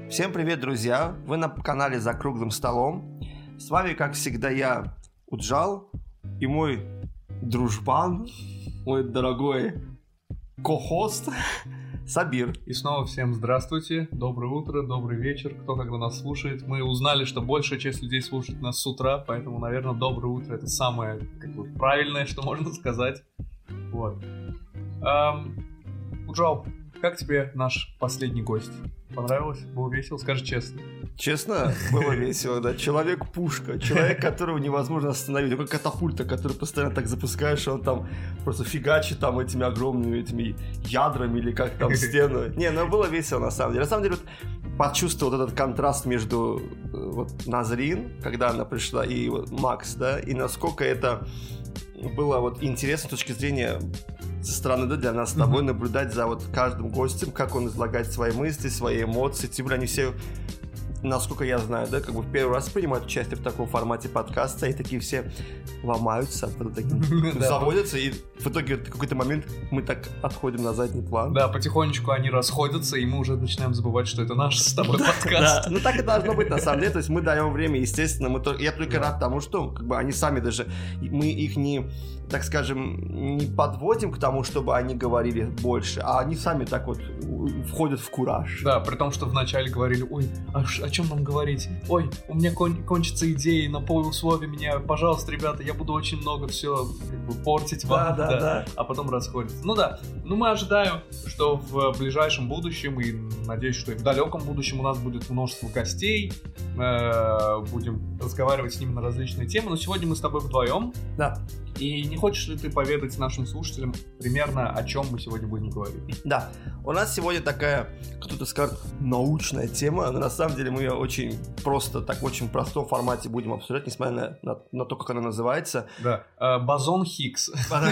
Всем привет, друзья! Вы на канале «За круглым столом». С вами, как всегда, я, Уджал, и мой дружбан, мой дорогой ко-хост Сабир. И снова всем здравствуйте, доброе утро, добрый вечер, кто когда нас слушает. Мы узнали, что большая часть людей слушает нас с утра, поэтому, наверное, доброе утро — это самое правильное, что можно сказать. Вот. Уджал, как тебе наш последний гость? Понравилось? Было весело? Скажи честно. Честно, было весело, да. Человек-пушка, человек, которого невозможно остановить. Такой катапульта, который постоянно так запускаешь, он там просто фигачит там этими огромными этими ядрами или как там стену. Не, ну было весело на самом деле. На самом деле, вот, почувствовал вот этот контраст между вот Назрин, когда она пришла, и вот Макс, да, и насколько это было вот интересно с точки зрения со стороны, да, для нас с тобой наблюдать за вот каждым гостем, как он излагает свои мысли, свои эмоции. Тем более они все, насколько я знаю, да, как бы в первый раз принимают участие в таком формате подкаста, и такие все ломаются, заводятся, и в итоге в какой-то момент мы так отходим на задний план. Да, потихонечку они расходятся, и мы уже начинаем забывать, что это наш с тобой подкаст. Ну так и должно быть на самом деле, то есть мы даем время, естественно, я только рад тому, что как бы они сами даже, мы их не, так скажем, не подводим к тому, чтобы они говорили больше, а они сами так вот входят в кураж. Да, при том, что вначале говорили: ой, о чем нам говорить? Ой, у меня кончатся идеи, на полусловие меня, пожалуйста, ребята, я буду очень много все как бы портить вам. Да. А потом расходятся. Ну да, мы ожидаем, что в ближайшем будущем, и надеюсь, что и в далеком будущем у нас будет множество гостей, будем разговаривать с ними на различные темы, но сегодня мы с тобой вдвоем. Да. И не хочешь ли ты поведать нашим слушателям примерно, о чем мы сегодня будем говорить? Да, у нас сегодня такая, кто-то скажет, научная тема, но на самом деле мы ее очень просто, так в очень простом формате будем обсуждать, несмотря на то, как она называется. Да, бозон Хиггс.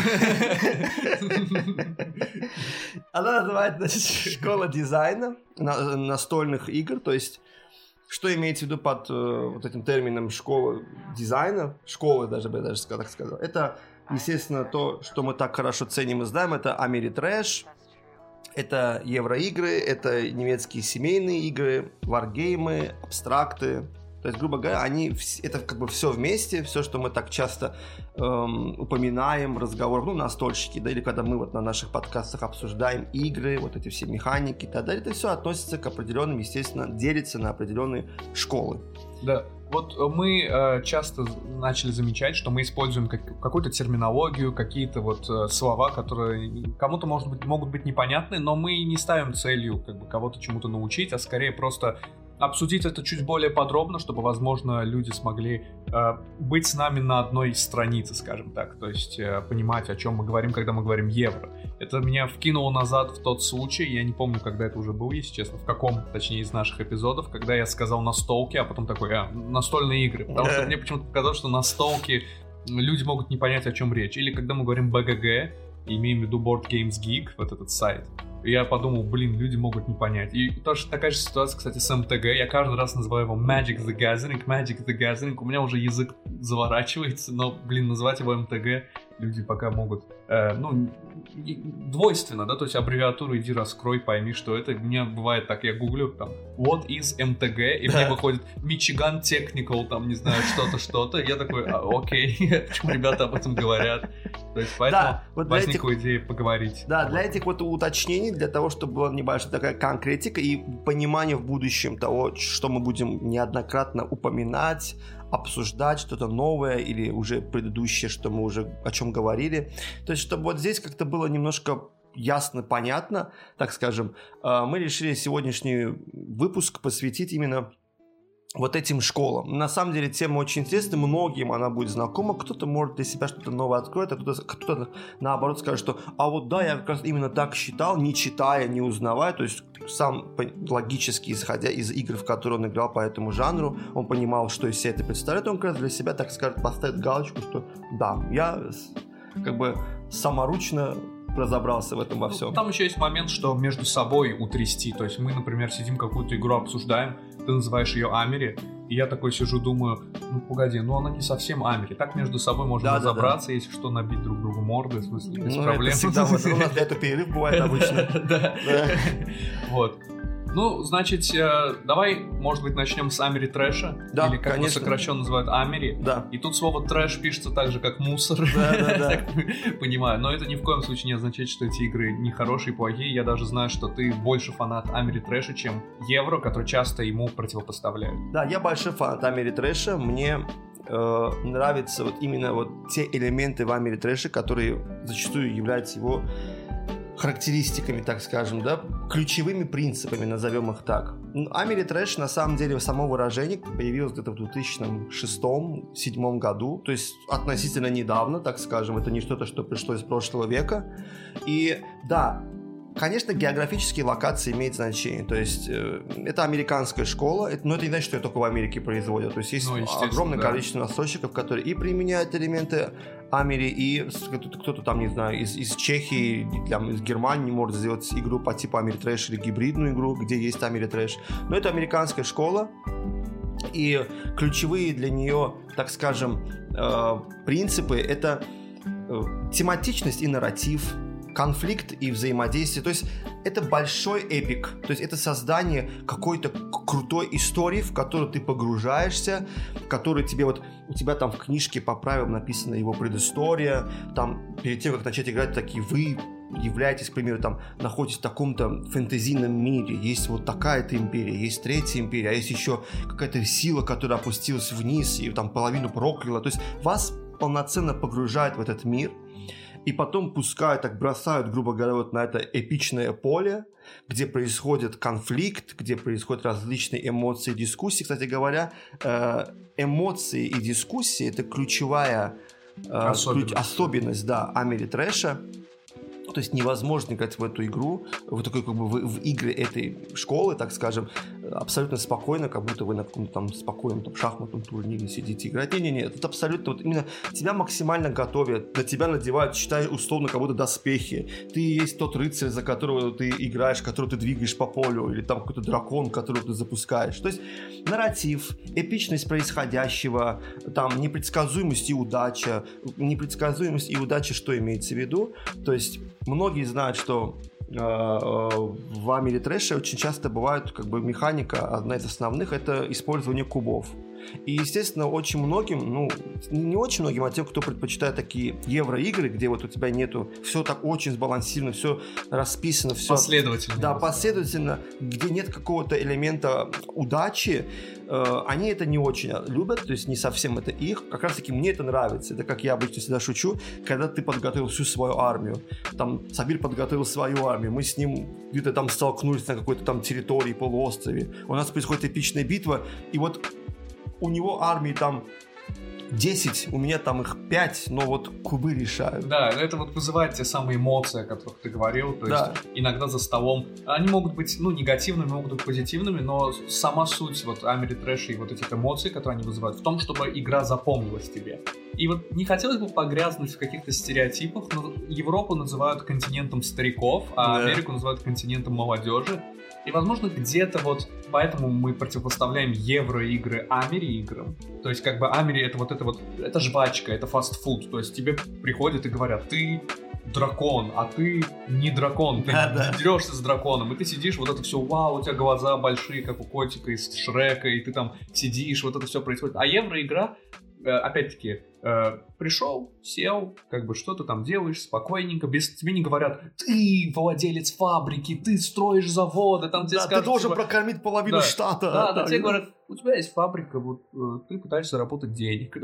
Она называется, значит, «Школа дизайна настольных игр», то есть... Что имеется в виду под вот этим термином школа дизайна, школы даже, бы я даже так сказал, это, естественно, то, что мы так хорошо ценим и знаем, это Америтрэш, это евроигры, это немецкие семейные игры, варгеймы, абстракты. То есть, грубо говоря, это как бы все вместе, все, что мы так часто упоминаем, разговор, настольщики, да, или когда мы вот на наших подкастах обсуждаем игры, вот эти все механики и так далее, это все относится к определенным, естественно, делится на определенные школы. Да. Вот мы часто начали замечать, что мы используем какую-то терминологию, какие-то вот слова, которые кому-то, может быть, могут быть непонятны, но мы не ставим целью как бы кого-то чему-то научить, а скорее просто обсудить это чуть более подробно, чтобы, возможно, люди смогли быть с нами на одной странице, скажем так, то есть понимать, о чем мы говорим, когда мы говорим евро. Это меня вкинуло назад в тот случай, я не помню, когда это уже было, если честно, в каком, точнее, из наших эпизодов, когда я сказал настолки, а потом такой, настольные игры, потому что мне почему-то показалось, что настолки люди могут не понять, о чем речь. Или когда мы говорим БГГ, имеем в виду Board Games Geek, вот этот сайт, я подумал, люди могут не понять. И тоже такая же ситуация, кстати, с МТГ. Я каждый раз называю его Magic the Gathering. У меня уже язык заворачивается, но, называть его МТГ люди пока могут, двойственно, да, то есть аббревиатуру иди раскрой, пойми, что это. У меня бывает так, я гуглю там what is MTG, и мне выходит Michigan Technical, там, не знаю, что-то, я такой, окей, почему ребята об этом говорят? То есть поэтому возникла идея поговорить. Да, для этих вот уточнений, для того, чтобы была небольшая такая конкретика и понимание в будущем того, что мы будем неоднократно упоминать, обсуждать что-то новое или уже предыдущее, что мы уже о чем говорили. То есть, чтобы вот здесь как-то было немножко ясно, понятно, так скажем, мы решили сегодняшний выпуск посвятить именно вот этим школам. На самом деле тема очень интересная, многим она будет знакома, кто-то может для себя что-то новое откроет, а кто-то наоборот скажет, что а вот да, я как раз именно так считал, не читая, не узнавая, то есть сам логически, исходя из игр, в которые он играл по этому жанру, он понимал, что из себя это представляет, он как раз для себя, так скажем, поставит галочку, что да, я как бы саморучно разобрался в этом во всем. Там еще есть момент, что между собой утрясти, то есть мы, например, сидим какую-то игру обсуждаем, ты называешь ее Амери, и я такой сижу, думаю, погоди, она не совсем Амери. Так между собой можно разобраться, если что, набить друг другу морды, в смысле, без проблем. Это всегда, у нас для этого перерыв бывает обычно. Да. Вот. Ну, значит, давай, может быть, начнем с Амери Трэша. Да, или как конечно. его сокращенно называют Амери. Да. И тут слово трэш пишется так же, как мусор. Да. Так понимаю. Но это ни в коем случае не означает, что эти игры не хорошие, плохие. Я даже знаю, что ты больше фанат Амери Трэша, чем Евро, который часто ему противопоставляют. Да, я большой фанат Амери Трэша. Мне нравятся вот именно вот те элементы в Амери Трэше, которые зачастую являются его характеристиками, так скажем, да, ключевыми принципами, назовем их так. Амери Трэш, на самом деле, само выражение появилось где-то в 2006-2007 году, то есть относительно недавно, так скажем, это не что-то, что пришло из прошлого века. И да, конечно, географические локации имеют значение, то есть это американская школа, но это не значит, что ее только в Америке производят, то есть есть огромное количество настольщиков, которые и применяют элементы Амери, и кто-то там, не знаю, из Чехии, там, из Германии может сделать игру по типу Амери Трэш или гибридную игру, где есть Амери Трэш, но это американская школа, и ключевые для нее, так скажем, принципы — это тематичность и нарратив, конфликт и взаимодействие, то есть это большой эпик, то есть это создание какой-то крутой истории, в которую ты погружаешься, в которую тебе вот, у тебя там в книжке по правилам написана его предыстория, там перед тем, как начать играть, такие вы являетесь, к примеру, там находитесь в таком-то фэнтезийном мире, есть вот такая-то империя, есть третья империя, а есть еще какая-то сила, которая опустилась вниз и там половину прокляла, то есть вас полноценно погружает в этот мир, и потом пускают, так бросают, грубо говоря, вот на это эпичное поле, где происходит конфликт, где происходят различные эмоции и дискуссии. Кстати говоря, эмоции и дискуссии — это ключевая особенность, да, Амери Трэша. То есть невозможно играть в эту игру, в такой, как бы, в игры этой школы, так скажем, абсолютно спокойно, как будто вы на каком-то там спокойном там, шахматном турнире сидите играть. Не-не-не, тут абсолютно вот именно тебя максимально готовят, на тебя надевают, считай, условно, как будто доспехи. Ты есть тот рыцарь, за которого ты играешь, которого ты двигаешь по полю, или там какой-то дракон, которого ты запускаешь. То есть нарратив, эпичность происходящего, там непредсказуемость и удача. Непредсказуемость и удача, что имеется в виду? То есть многие знают, что в Амери Трэше очень часто бывает как бы механика, одна из основных, это использование кубов. И, естественно, очень многим, ну, не очень многим, а тем, кто предпочитает такие евроигры, где вот у тебя нету, все так очень сбалансировано, все расписано, все... Последовательно. Да, последовательно, где нет какого-то элемента удачи, они это не очень любят, то есть не совсем это их. Как раз таки мне это нравится. Это как я обычно всегда шучу, когда ты подготовил всю свою армию. Там Сабир подготовил свою армию, мы с ним где-то там столкнулись на какой-то там территории, полуострове. У нас происходит эпичная битва, и вот у него армии там 10, у меня там их 5, но вот кубы решают. Да, это вот вызывает те самые эмоции, о которых ты говорил. То есть иногда за столом они могут быть, ну, негативными, могут быть позитивными, но сама суть вот Амери Трэша и вот этих эмоций, которые они вызывают, в том, чтобы игра запомнилась тебе. И вот не хотелось бы погрязнуть в каких-то стереотипах, но Европу называют континентом стариков, а Америку называют континентом молодежи. И, возможно, где-то вот поэтому мы противопоставляем евроигры Амери играм. То есть, как бы Амери это жвачка, это фастфуд. То есть тебе приходят и говорят, ты дракон, а ты не дракон, ты дерешься с драконом, и ты сидишь, вот это все, вау, у тебя глаза большие, как у котика из Шрека, и ты там сидишь, вот это все происходит. А евроигра, опять-таки, пришел, сел, как бы что ты там делаешь, спокойненько, тебе не говорят, ты владелец фабрики, ты строишь заводы, там тебе скажут, ты должен прокормить половину штата. Да, тебе говорят, у тебя есть фабрика, вот ты пытаешься заработать денег.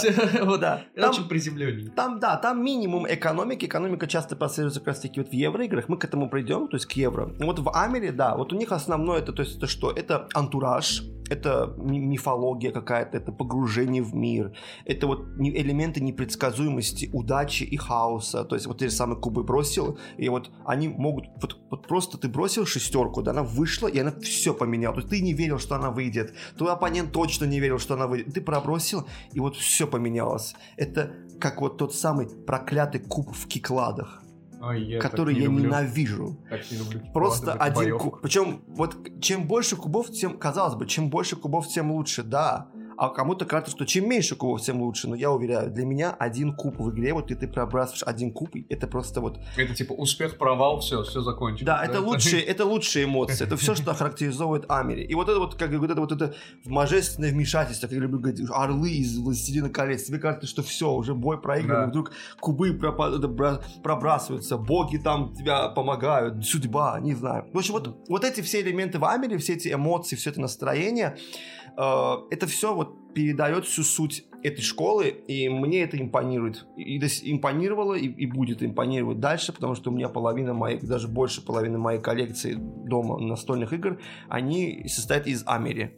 Это очень приземленнее. Там минимум экономики. Экономика часто последуется как раз таки вот в евроиграх. Мы к этому придем, то есть к евро. Вот в Амери, да, вот у них основное это, то есть это что? Это антураж, это мифология какая-то, это погружение в мир, это вот элементы непредсказуемости, удачи и хаоса. То есть вот те же самые кубы бросил, и вот они могут, вот просто ты бросил шестерку, да, она вышла, и она все поменяла. То есть ты не верил, что она выйдет, твой оппонент точно не верил, что она выйдет. Ты пробросил, и вот все поменялось. Это как вот тот самый проклятый куб в кикладах. Который я ненавижу. Так не люблю. Просто один куб. Причем, вот чем больше кубов, тем, казалось бы, чем больше кубов, тем лучше, да. А кому-то кажется, что чем меньше кубов, тем лучше. Но я уверяю, для меня 1 куб в игре, вот ты пробрасываешь 1 куб, это просто вот... Это типа успех, провал, все закончилось. Да, это лучшие эмоции. Это все, что характеризует Амери. И вот это вот, как вот это божественное вмешательство, как я люблю говорить, орлы из «Властелина колец». Тебе кажется, что все, уже бой проигран, и вдруг кубы пробрасываются, боги там тебя помогают, судьба, не знаю. В общем, вот эти все элементы в Амери, все эти эмоции, все это настроение, это все вот передает всю суть этой школы, и мне это импонирует. И импонировало, и будет импонировать дальше, потому что у меня половина моей, даже больше половины моей коллекции дома настольных игр, они состоят из Амери.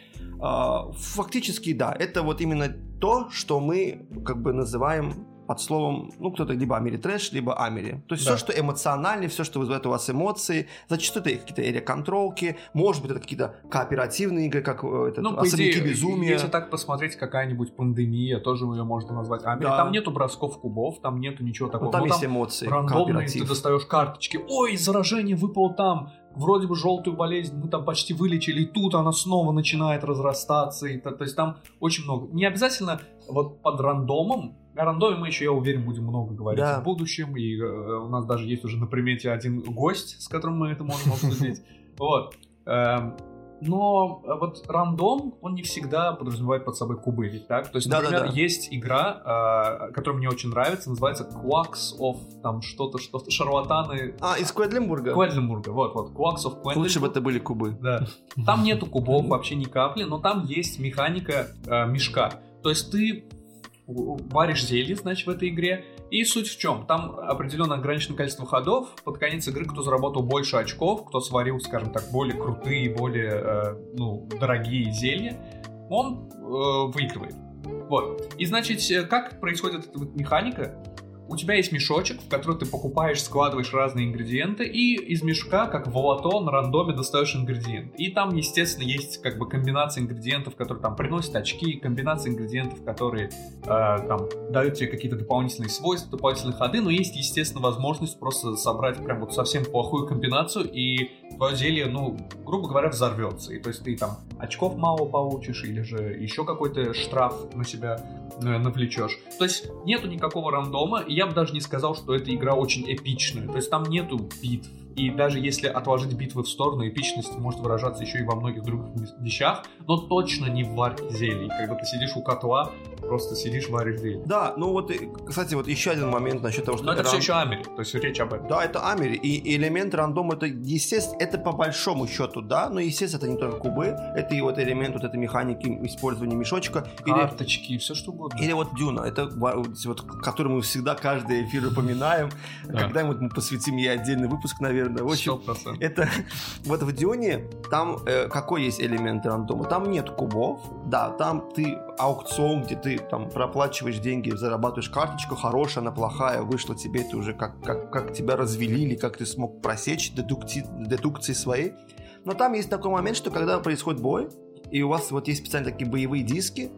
Фактически, да, это вот именно то, что мы как бы называем под словом, кто-то либо Америтрэш, либо Амери. То есть все, что эмоциональное, все, что вызывает у вас эмоции. Зачастую это какие-то эре-контролки, может быть, это какие-то кооперативные игры, как «Особняки безумия». Если так посмотреть, какая-нибудь «Пандемия», тоже ее можно назвать Амери. Да. Там нету бросков кубов, там нету ничего такого. Там есть эмоции, рандомные, ты достаешь карточки. Ой, заражение выпало там. Вроде бы желтую болезнь мы там почти вылечили, и тут она снова начинает разрастаться. То есть там очень много. Не обязательно вот под рандомом. О рандоме мы еще, я уверен, будем много говорить в будущем. И у нас даже есть уже на примете один гость, с которым мы это можем обсудить. Вот. Но вот рандом, он не всегда подразумевает под собой кубы, ведь так? То есть, например, есть игра, которая мне очень нравится, называется Quacks of там что-то, шарлатаны. Из Кведлинбурга? Кведлинбурга, вот, Quacks of Quedlinburg. Лучше бы это были кубы. Да. Там нету кубов вообще ни капли, но там есть механика мешка. То есть ты варишь зелье, значит, в этой игре. И суть в чем? Там определенно ограниченное количество ходов. Под конец игры кто заработал больше очков, кто сварил, скажем так, более крутые, более дорогие зелья, он выигрывает. Вот. И значит, как происходит эта механика? У тебя есть мешочек, в который ты покупаешь, складываешь разные ингредиенты, и из мешка, как в лото, на рандоме достаешь ингредиент. И там, естественно, есть как бы комбинация ингредиентов, которые там приносят очки, комбинация ингредиентов, которые там дают тебе какие-то дополнительные свойства, дополнительные ходы, но есть, естественно, возможность просто собрать прям вот совсем плохую комбинацию, и твое зелье, грубо говоря, взорвется. И то есть ты там очков мало получишь, или же еще какой-то штраф на себя навлечешь. То есть нету никакого рандома, и я бы даже не сказал, что эта игра очень эпичная. То есть там нету битв. И даже если отложить битвы в сторону, эпичность может выражаться еще и во многих других вещах, но точно не в варке зелий. Когда ты сидишь у котла, просто сидишь, варишь зелье. Да, кстати, вот еще один момент насчет того, что... Но это все еще Амери, то есть речь об этом. Да, это Амери, и элемент рандома, это, естественно, это по большому счету, да, но, естественно, это не только кубы, это и вот элемент вот этой механики использования мешочка. Карточки, все что угодно. Или вот Дюна, это вот, который мы всегда каждый эфир упоминаем, когда-нибудь мы посвятим ей отдельный выпуск, наверное. В общем, 100%. Это вот в Дюне там какой есть элемент рандома? Там нет кубов, да, там ты аукцион, где ты там проплачиваешь деньги, зарабатываешь карточку, хорошая, она плохая, вышла тебе, это уже как тебя развели, или как ты смог просечь дедукции своей. Но там есть такой момент, что когда происходит бой, и у вас вот есть специально такие боевые диски,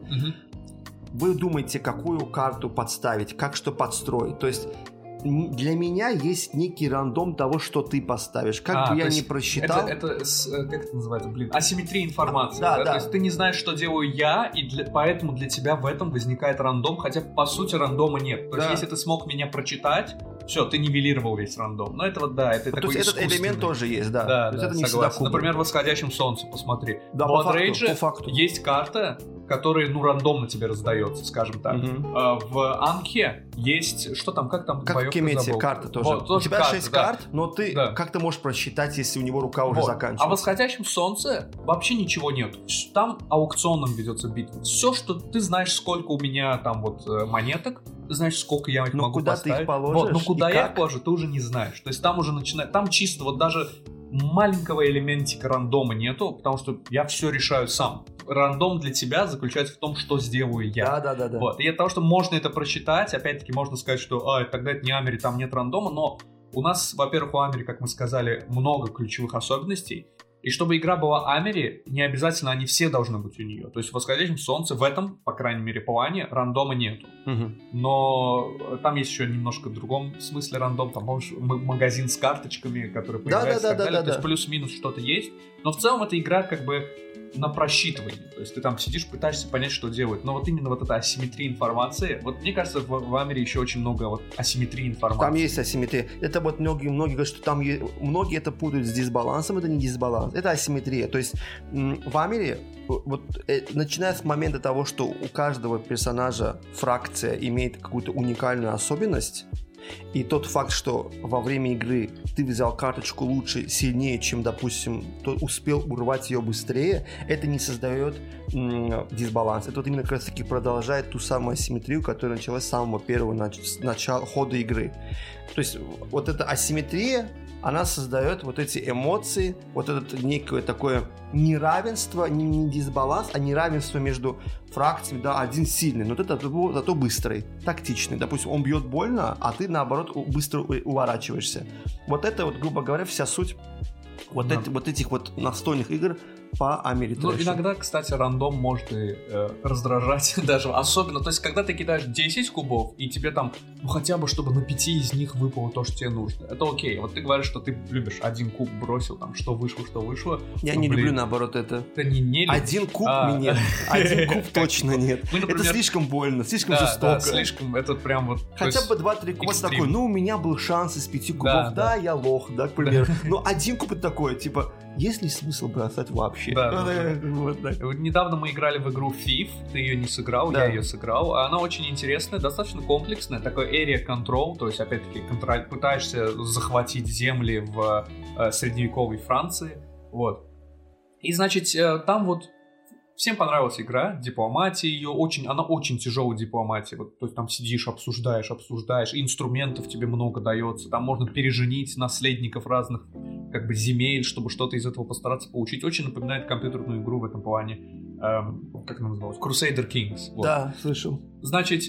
вы думаете, какую карту подставить, как что подстроить. То есть для меня есть некий рандом того, что ты поставишь. Как бы я ни просчитал... Это как это называется? Асимметрия информации. Да. То есть ты не знаешь, что делаю я, и поэтому для тебя в этом возникает рандом, хотя по сути рандома нет. То есть если ты смог меня прочитать, все, ты нивелировал весь рандом. Но это вот, да, это такой искусственный. То есть этот элемент тоже есть, да. Да, то есть это не согласен. Например, в «Восходящем солнце», посмотри. Да, в Blood по факту. Есть карта, которая, рандомно тебе раздается, скажем так. В Анхе есть, что там, как там? Как в Кемете, карта тоже. Вот, у тебя карта, 6 карт, но ты как ты можешь просчитать, если у него рука уже заканчивается. А в «Восходящем солнце» вообще ничего нет. Там аукционом ведется битва. Все, что ты знаешь, сколько у меня там вот монеток, ты знаешь, сколько я их могу куда поставить. Ты их положишь, но куда я их положу, ты уже не знаешь. То есть там уже начинает... Там чисто вот даже маленького элементика рандома нету, потому что я все решаю сам. Рандом для тебя заключается в том, что сделаю я. Да. Вот. И от того, что можно это просчитать, опять-таки можно сказать, что тогда это не Амери, там нет рандома, но у нас, во-первых, у Амери, как мы сказали, много ключевых особенностей. И чтобы игра была Амери, не обязательно они все должны быть у нее. То есть в «Восходящем солнце» в этом, по крайней мере, плане рандома нету. Но там есть еще немножко в другом смысле рандом. Там, помнишь, магазин с карточками, который появляется и так далее. То есть плюс-минус что-то есть. Но в целом эта игра как бы на просчитывании. То есть ты там сидишь, пытаешься понять, что делать. Но вот именно вот эта асимметрия информации, вот мне кажется, в Амере еще очень много вот асимметрии информации. Там есть асимметрия. Это вот многие говорят, что там многие это путают с дисбалансом. Это не дисбаланс, это асимметрия. То есть в Амере вот, начиная с момента того, что у каждого персонажа фракция имеет какую-то уникальную особенность, и тот факт, что во время игры ты взял карточку лучше, сильнее, чем, допустим, тот успел урвать ее быстрее, это не создает дисбаланс. Это вот именно как раз таки продолжает ту самую асимметрию, которая началась с самого первого начала хода игры. То есть вот эта асимметрия, она создает вот эти эмоции, вот это некое такое неравенство, не дисбаланс, а неравенство между фракциями, да, один сильный, но это зато быстрый, тактичный. Допустим, он бьет больно, а ты, наоборот, быстро уворачиваешься. Вот это вот, грубо говоря, вся суть вот этих вот настольных игр по Америке. Ну, иногда, кстати, рандом может и раздражать даже. Особенно, то есть, когда ты кидаешь 10 кубов, и тебе там, ну, хотя бы, чтобы на 5 из них выпало то, что тебе нужно. Это окей. Вот ты говоришь, что ты любишь один куб бросил, там, что вышло. Я не люблю, наоборот, это. Ты не любишь? Один куб нет. Один куб точно нет. Это слишком больно, слишком жестоко. Слишком, это прям вот... Хотя бы 2-3 куба такой, ну, у меня был шанс из 5 кубов, да, я лох, да, к примеру. Но один куб это такой, типа, есть ли смысл бросать вообще? Да. Вот так. Недавно мы играли в игру Thief, ты ее не сыграл, да. Я ее сыграл. Она очень интересная, достаточно комплексная, такой area control, то есть, опять-таки, пытаешься захватить земли в средневековой Франции. Вот. И, значит, там вот всем понравилась игра, дипломатия ее, она очень тяжелая дипломатия, вот, то есть там сидишь, обсуждаешь, инструментов тебе много дается, там можно переженить наследников разных как бы земель, чтобы что-то из этого постараться получить. Очень напоминает компьютерную игру в этом плане, как она называлась? Crusader Kings. Вот. Да, слышал. Значит,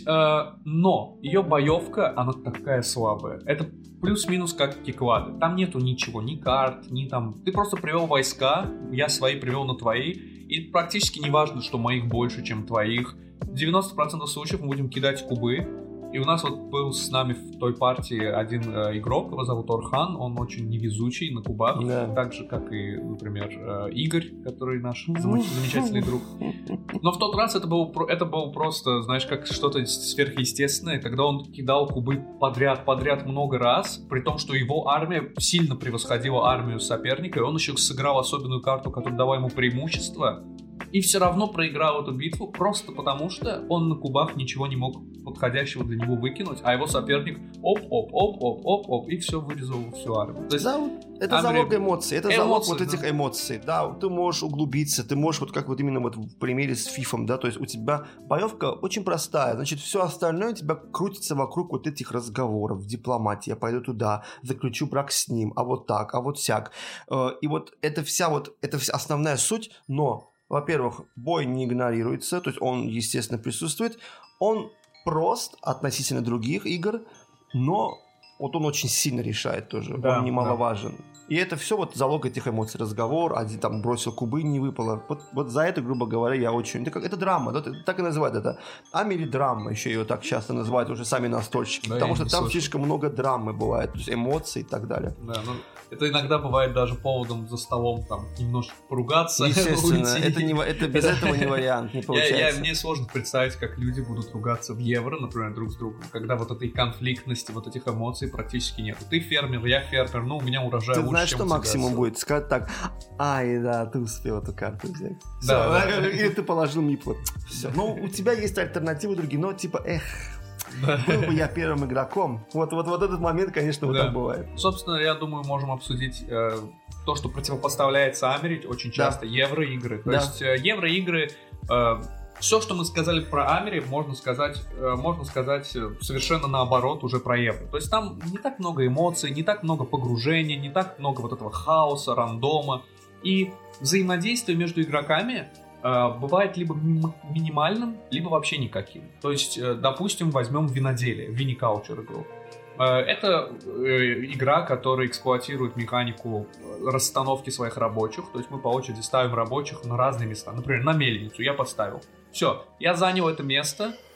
но ее боевка, она такая слабая. Это плюс-минус как киклады. Там нету ничего, ни карт, ни там... Ты просто привел войска, я свои привел на твои, и практически не важно, что моих больше, чем твоих. В 90% случаев мы будем кидать кубы. И у нас вот был с нами в той партии один игрок, его зовут Орхан, он очень невезучий на кубах, так же, как и, например, Игорь, который наш замечательный друг. Но в тот раз это было просто, знаешь, как что-то сверхъестественное, когда он кидал кубы подряд много раз, при том, что его армия сильно превосходила армию соперника, и он еще сыграл особенную карту, которая дала ему преимущество, и все равно проиграл эту битву просто потому, что он на кубах ничего не мог подходящего для него выкинуть, а его соперник оп, и все, вырезал всю армию. То есть, это залог эмоций, это залог вот этих эмоций. Да, ты можешь углубиться, ты можешь, вот как вот именно вот в примере с фифом, да, то есть у тебя боевка очень простая, значит, все остальное у тебя крутится вокруг вот этих разговоров, дипломатии, я пойду туда, заключу брак с ним, а вот так, а вот сяк. И вот это вся основная суть, но во-первых, бой не игнорируется, то есть он, естественно, присутствует. Он прост относительно других игр, но вот он очень сильно решает тоже, да, он немаловажен. Да. И это все вот залог этих эмоций, разговор, один там бросил кубы, не выпало. Вот за это, грубо говоря, я очень... Это драма, да, так и называют это. Амери-драма, еще ее так часто называют уже сами настольщики, да, потому что там слишком много драмы бывает, то есть эмоций и так далее. Да, ну... Это иногда бывает даже поводом за столом там немножко поругаться. Естественно, это без этого не вариант, не получается. Мне сложно представить, как люди будут ругаться в евро, например, друг с другом, когда вот этой конфликтности, вот этих эмоций практически нет. Ты фермер, я фермер, ну у меня урожай лучше, знаешь, что максимум будет? Сказать так: ай, да, ты успел эту карту взять. Да. Или ты положил миплы. Все. Ну, у тебя есть альтернативы другие, но типа, был бы я первым игроком. Вот этот момент, конечно, вот так бывает. Собственно, я думаю, можем обсудить то, что противопоставляется Америке очень часто, евроигры. То есть евроигры, все, что мы сказали про Амери, можно сказать совершенно наоборот уже про евро. То есть там не так много эмоций, не так много погружения, не так много вот этого хаоса, рандома. И взаимодействие между игроками бывает либо минимальным, либо вообще никаким. То есть, допустим, возьмем виноделие, виникаучер игру. Это игра, которая эксплуатирует механику расстановки своих рабочих. То есть мы по очереди ставим рабочих на разные места. Например, на мельницу я поставил. Все, я занял это место.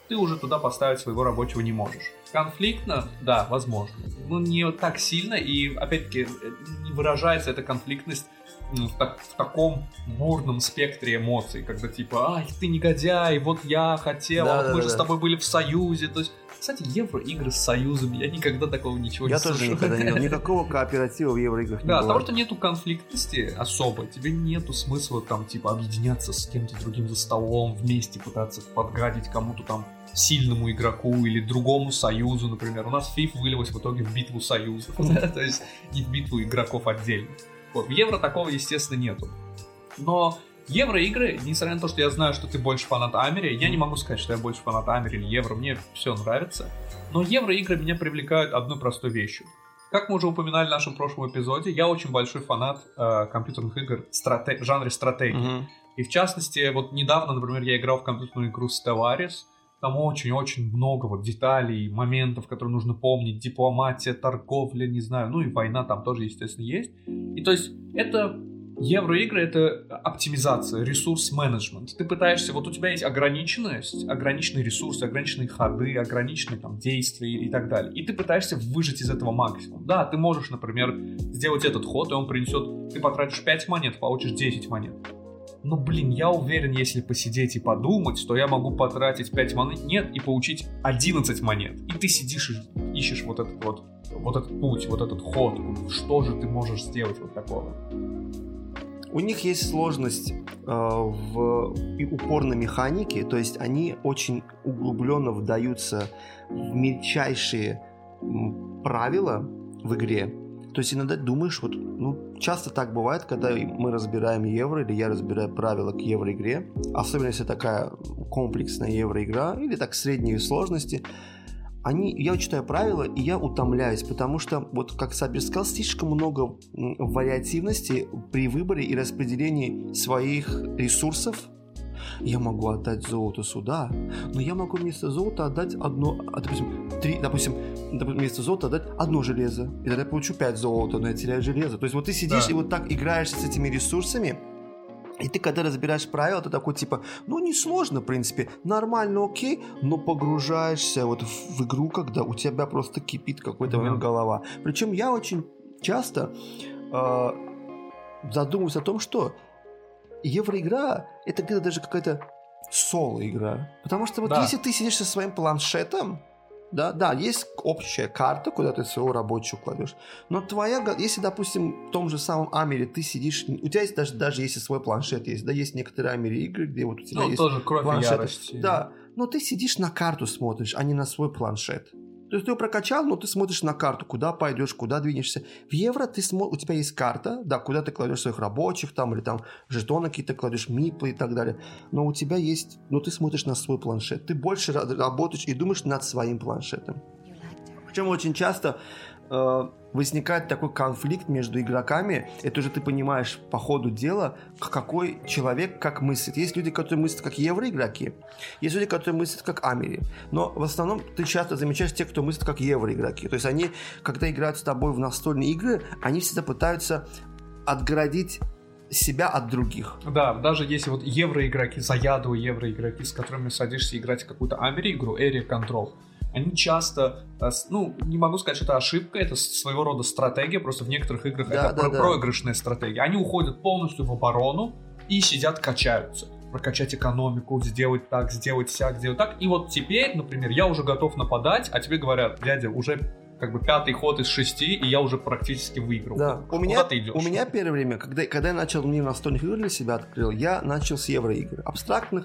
ты уже туда поставить своего рабочего не можешь. Конфликтно? Да, возможно. Но не так сильно, и, опять-таки, не выражается эта конфликтность в таком бурном спектре эмоций, когда типа, ай, ты негодяй, вот я хотел, мы же с тобой были в союзе. То есть, кстати, евроигры с союзами, я никогда такого ничего не слышал. Я тоже никогда не видел, никакого кооператива в евроиграх не было. Да, потому что нету конфликтности особо, тебе нету смысла там типа объединяться с кем-то другим за столом, вместе пытаться подгадить кому-то там сильному игроку или другому союзу, например. У нас FIFA вылилась в итоге в битву союзов, то есть не в битву игроков отдельно. Вот, в Евро такого, естественно, нету. Но Евроигры, несмотря на то, что я знаю, что ты больше фанат Амери, я не могу сказать, что я больше фанат Амери или Евро, мне все нравится. Но Евроигры меня привлекают одной простой вещью. Как мы уже упоминали в нашем прошлом эпизоде, я очень большой фанат компьютерных игр в жанре стратегии. И в частности, вот недавно, например, я играл в компьютерную игру Stellaris. Там очень-очень много вот деталей, моментов, которые нужно помнить. Дипломатия, торговля, не знаю. Ну и война там тоже, естественно, есть. И то есть это евроигры, это оптимизация, ресурс-менеджмент. Ты пытаешься, вот у тебя есть ограниченность, ограниченные ресурсы, ограниченные ходы, ограниченные там действия и так далее. И ты пытаешься выжать из этого максимум. Да, ты можешь, например, сделать этот ход, и он принесет... Ты потратишь 5 монет, получишь 10 монет. Но, блин, я уверен, если посидеть и подумать, то я могу потратить 5 монет и получить 11 монет. И ты сидишь и ищешь вот этот путь, вот этот ход. Что же ты можешь сделать вот такого? У них есть сложность в упорной механике, то есть они очень углубленно вдаются в мельчайшие правила в игре. То есть иногда думаешь, вот, часто так бывает, когда мы разбираем евро, или я разбираю правила к евроигре, особенно если такая комплексная евроигра, или так средней сложности, я читаю правила, и я утомляюсь, потому что, вот как Сабир сказал, слишком много вариативности при выборе и распределении своих ресурсов. Я могу отдать золото сюда, но я могу вместо золота отдать допустим, вместо золота отдать одно железо. И тогда я получу 5 золота, но я теряю железо. То есть вот ты сидишь и вот так играешь с этими ресурсами, и ты, когда разбираешь правила, ты такой, типа, несложно, в принципе, нормально, окей, но погружаешься вот в игру, когда у тебя просто кипит какой-то момент голова. Причем я очень часто задумываюсь о том, что евроигра — это где-то даже какая-то соло-игра. Потому что вот если ты сидишь со своим планшетом, да, есть общая карта, куда ты своего рабочего кладешь. Но если, допустим, в том же самом Амери ты сидишь, у тебя есть даже если свой планшет есть, да, есть некоторые Амери игры, где вот у тебя есть тоже кровь планшет. И ярости. Да, но ты сидишь на карту смотришь, а не на свой планшет. То есть ты его прокачал, но ты смотришь на карту, куда пойдешь, куда двинешься. В евро у тебя есть карта, да, куда ты кладешь своих рабочих, там, или там жетоны какие-то кладешь, миплы и так далее. Но у тебя есть, ты смотришь на свой планшет. Ты больше работаешь и думаешь над своим планшетом. Причем очень часто возникает такой конфликт между игроками. Это уже ты понимаешь по ходу дела, какой человек как мыслит. Есть люди, которые мыслят как евроигроки, есть люди, которые мыслят как Амери. Но в основном ты часто замечаешь тех, кто мыслит как евроигроки. То есть они, когда играют с тобой в настольные игры, они всегда пытаются отгородить себя от других. Да, даже если вот евроигроки, заядлые евроигроки, с которыми садишься играть в какую-то Амери-игру, Area Control, они часто, не могу сказать, что это ошибка, это своего рода стратегия, просто в некоторых играх проигрышная стратегия. Они уходят полностью в оборону и сидят, качаются. Прокачать экономику, сделать так, сделать сяк, сделать так. И вот теперь, например, я уже готов нападать, а тебе говорят, дядя, уже как бы 5-й ход из 6, и я уже практически выиграл. Да. Куда ты идешь? У меня первое время, когда я начал мир настольных игр для себя открыл, я начал с евроигр. Абстрактных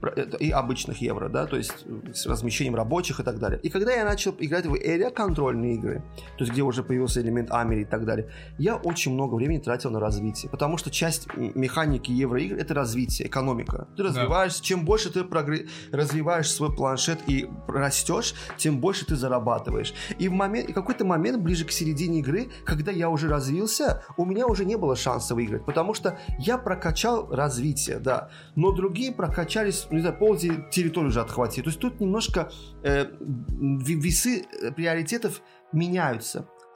и обычных евро, да, то есть с размещением рабочих и так далее. И когда я начал играть в Area контрольные игры, то есть где уже появился элемент Амери и так далее, я очень много времени тратил на развитие, потому что часть механики евроигр — это развитие, экономика. Ты развиваешься, чем больше ты развиваешь свой планшет и растешь, тем больше ты зарабатываешь. И в какой-то момент, ближе к середине игры, когда я уже развился, у меня уже не было шанса выиграть, потому что я прокачал развитие, да, но другие прокачались, пол территории уже отхватили. То есть тут немножко весы приоритетов меняются.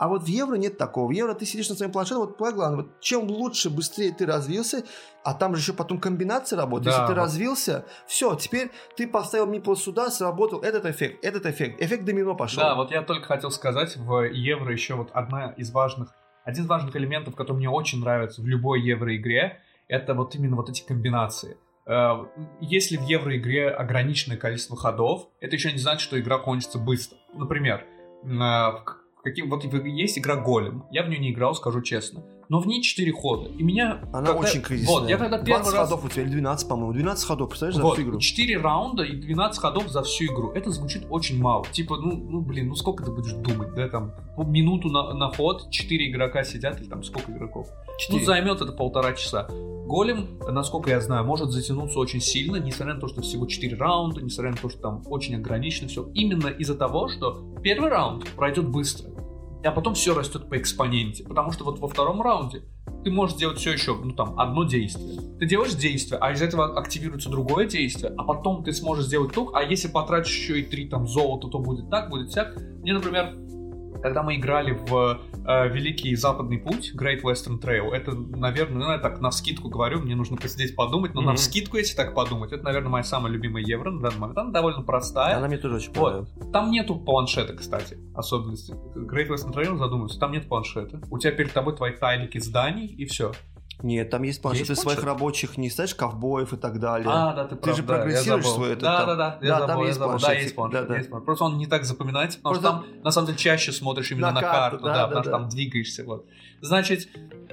А вот в евро нет такого. В евро ты сидишь на своем планшете, вот главное, вот чем лучше, быстрее ты развился, а там же еще потом комбинация работает. Да, если ты развился, все, теперь ты поставил мипл сюда, сработал этот эффект, эффект домино пошел. Да, вот я только хотел сказать, в евро еще вот один из важных элементов, который мне очень нравится в любой евроигре, это вот именно вот эти комбинации. Если в евроигре ограниченное количество ходов, это еще не значит, что игра кончится быстро. Например, вот есть игра Голем. Я в нее не играл, скажу честно. Но в ней 4 хода. И меня... Она очень кризисная. Вот, я когда первый 20 ходов у тебя, или 12, по-моему. 12 ходов, представляешь, вот, за всю игру? 4 раунда и 12 ходов за всю игру. Это звучит очень мало. Типа, ну сколько ты будешь думать, да, там, минуту на ход, 4 игрока сидят, или там сколько игроков? 4. Ну, займет это 1,5 часа. Голем, насколько я знаю, может затянуться очень сильно, несмотря на то, что всего 4 раунда, несмотря на то, что там очень ограничено все. Именно из-за того, что первый раунд пройдет быстро, а потом все растет по экспоненте. Потому что вот во втором раунде ты можешь сделать все еще, одно действие. Ты делаешь действие, а из этого активируется другое действие, а потом ты сможешь сделать тук, а если потратишь еще и 3 золота, то будет так, будет сяк. Мне, например, когда мы играли в Великий Западный Путь, Great Western Trail, это, наверное, я так навскидку говорю, мне нужно посидеть подумать, но навскидку, если так подумать, это, наверное, моя самая любимая евро на данный момент. Она довольно простая. Она мне тоже очень понравилась. Там нету планшета, кстати, особенности. Great Western Trail, задумываюсь, там нет планшета. У тебя перед тобой твои тайлики зданий, и все. Нет, там есть планшеты своих рабочих, не знаешь, ковбоев и так далее. Да, ты же прогрессируешь свой этот. Да, есть планшет. Да, есть планшет. Просто он не так запоминается, потому что там, на самом деле, чаще смотришь именно на карту, потому что там двигаешься. Вот. Значит,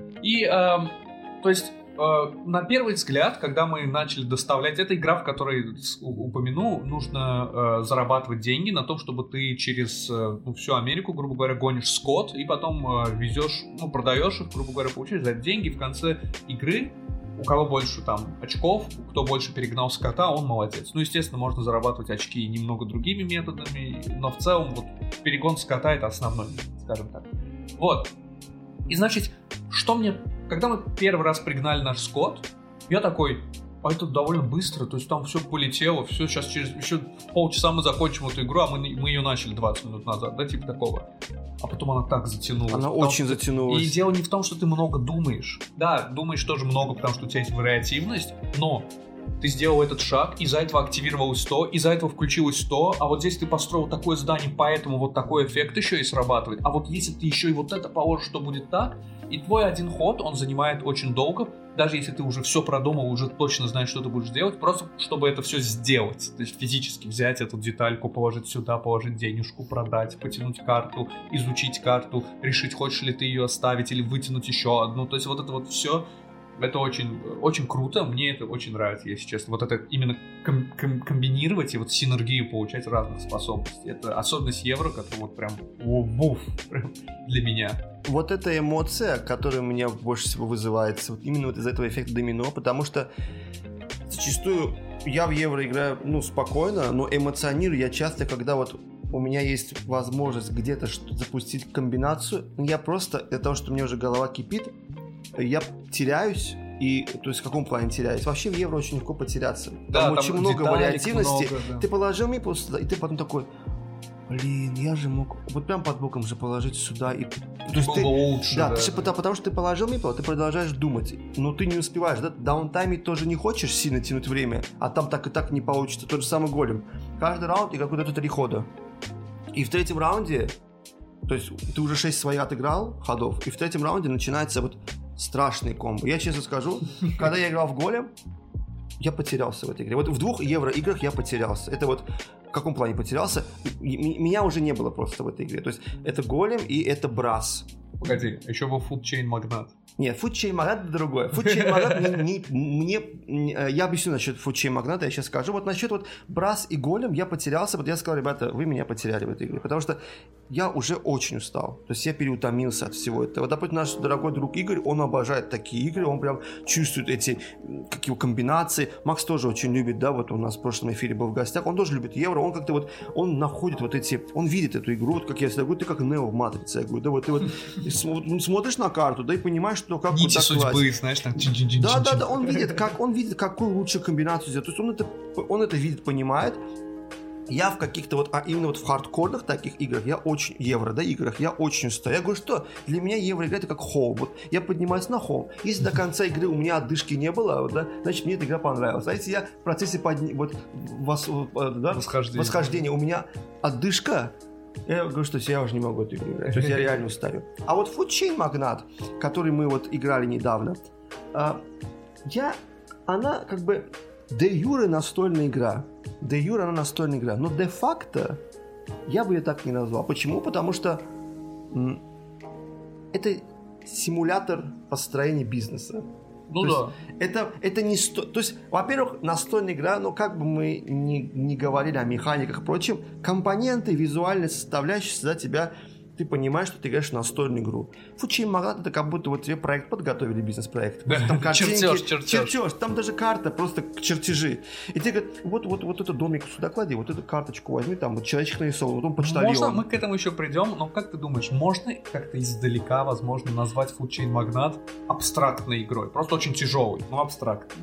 то есть, на первый взгляд, когда мы начали доставлять... Это игра, в которой, упомяну, нужно зарабатывать деньги на том, чтобы ты через всю Америку, грубо говоря, гонишь скот, и потом везешь, продаешь их, грубо говоря, получаешь за это деньги. В конце игры, у кого больше там очков, кто больше перегнал скота, он молодец. Естественно, можно зарабатывать очки немного другими методами, но в целом вот перегон скота — это основной, скажем так. Вот. И значит, когда мы первый раз пригнали наш скот, я такой, а это довольно быстро, то есть там все полетело, все, сейчас через еще полчаса мы закончим эту игру, а мы ее начали 20 минут назад, да, типа такого. А потом она так затянулась. Она очень затянулась. И дело не в том, что ты много думаешь. Да, думаешь тоже много, потому что у тебя есть вариативность, но ты сделал этот шаг, из-за этого активировалось 100, из-за этого включилось 100, а вот здесь ты построил такое здание, поэтому вот такой эффект еще и срабатывает. А вот если ты еще и вот это положишь, то будет так. И твой один ход, он занимает очень долго, даже если ты уже все продумал, уже точно знаешь, что ты будешь делать, просто чтобы это все сделать. То есть физически взять эту детальку, положить сюда, положить денежку, продать, потянуть карту, изучить карту, решить, хочешь ли ты ее оставить или вытянуть еще одну. То есть вот это вот все... Это очень, очень круто, мне это очень нравится, если честно. Вот это именно комбинировать и вот синергию получать разных способностей. Это особенность евро, которая вот прям для меня. Вот эта эмоция, которая меня больше всего вызывается, вот именно вот из этого эффекта домино, потому что зачастую я в евро играю, спокойно, но эмоционирую я часто, когда вот у меня есть возможность где-то запустить комбинацию, я просто, из-за того, что у меня уже голова кипит, я теряюсь, то есть в каком плане теряюсь? Вообще в евро очень легко потеряться. Да, там очень много вариативности. Много, да. Ты положил мипл сюда, и ты потом такой, я же мог вот прям под боком же положить сюда. И... То есть ты, лучше, да. Потому что ты положил мипл, ты продолжаешь думать, но ты не успеваешь, да? Даунтаймить тоже не хочешь сильно тянуть время, а там так и так не получится. Тот же самый голем. Каждый раунд и какой-то 3 хода. И в третьем раунде, то есть ты уже 6 своих отыграл ходов, и в третьем раунде начинается вот страшный комбо. Я честно скажу, когда я играл в голем, я потерялся в этой игре. Вот в 2 евро-играх я потерялся. Это вот в каком плане потерялся? Меня уже не было просто в этой игре. То есть это голем и это брас. Погоди, еще был Food Chain Magnate. Нет, Food Chain Magnate это другое. Food Chain Magnate я объясню насчет Food Chain Magnate, я сейчас скажу. Вот насчет вот брас и голем я потерялся. Вот я сказал, ребята, вы меня потеряли в этой игре, потому что я уже очень устал. То есть я переутомился от всего этого. Вот, допустим, наш дорогой друг Игорь, он обожает такие игры, он прям чувствует эти какие комбинации. Макс тоже очень любит, да, вот у нас в прошлом эфире был в гостях, он тоже любит евро, он как-то вот, он находит вот эти, он видит эту игру, вот как я всегда говорю, ты как Нео в Матрице, я говорю, да, вот ты вот смотришь на карту, да, и понимаешь, что как нити судьбы, знаешь, там да, он видит, какую лучшую комбинацию сделать, то есть он это видит, понимает, я в каких-то вот, именно вот в хардкорных таких играх, я очень, играх, я очень устаю. Я говорю, что для меня евроигра это как хоум. Вот я поднимаюсь на хоум. Если до конца игры у меня отдышки не было, да, значит мне эта игра понравилась. А если я в процессе восхождения у меня отдышка, я говорю, что я уже не могу эту игру играть. То есть я реально устаю. А вот Food Chain Magnate, который мы вот играли недавно, она как бы де юре настольная игра. Де юре она настольная игра. Но де-факто я бы ее так не назвал. Почему? Потому что это симулятор построения бизнеса. Ну то да. Это не То есть, во-первых, настольная игра, но как бы мы не говорили о механиках и прочем, компоненты, визуальная составляющая всегда тебя... Ты понимаешь, что ты играешь в настольную игру. Food Chain Magnate это как будто вот тебе проект подготовили, бизнес-проект. Там картинки, чертеж, там даже карта, просто чертежи. И тебе говорят, вот этот домик сюда клади, вот эту карточку возьми, там вот человечек нарисован, вот он почтальон. Можно мы к этому еще придем, но как ты думаешь, можно как-то издалека, возможно, назвать Food Chain Magnate абстрактной игрой? Просто очень тяжелой, но абстрактной.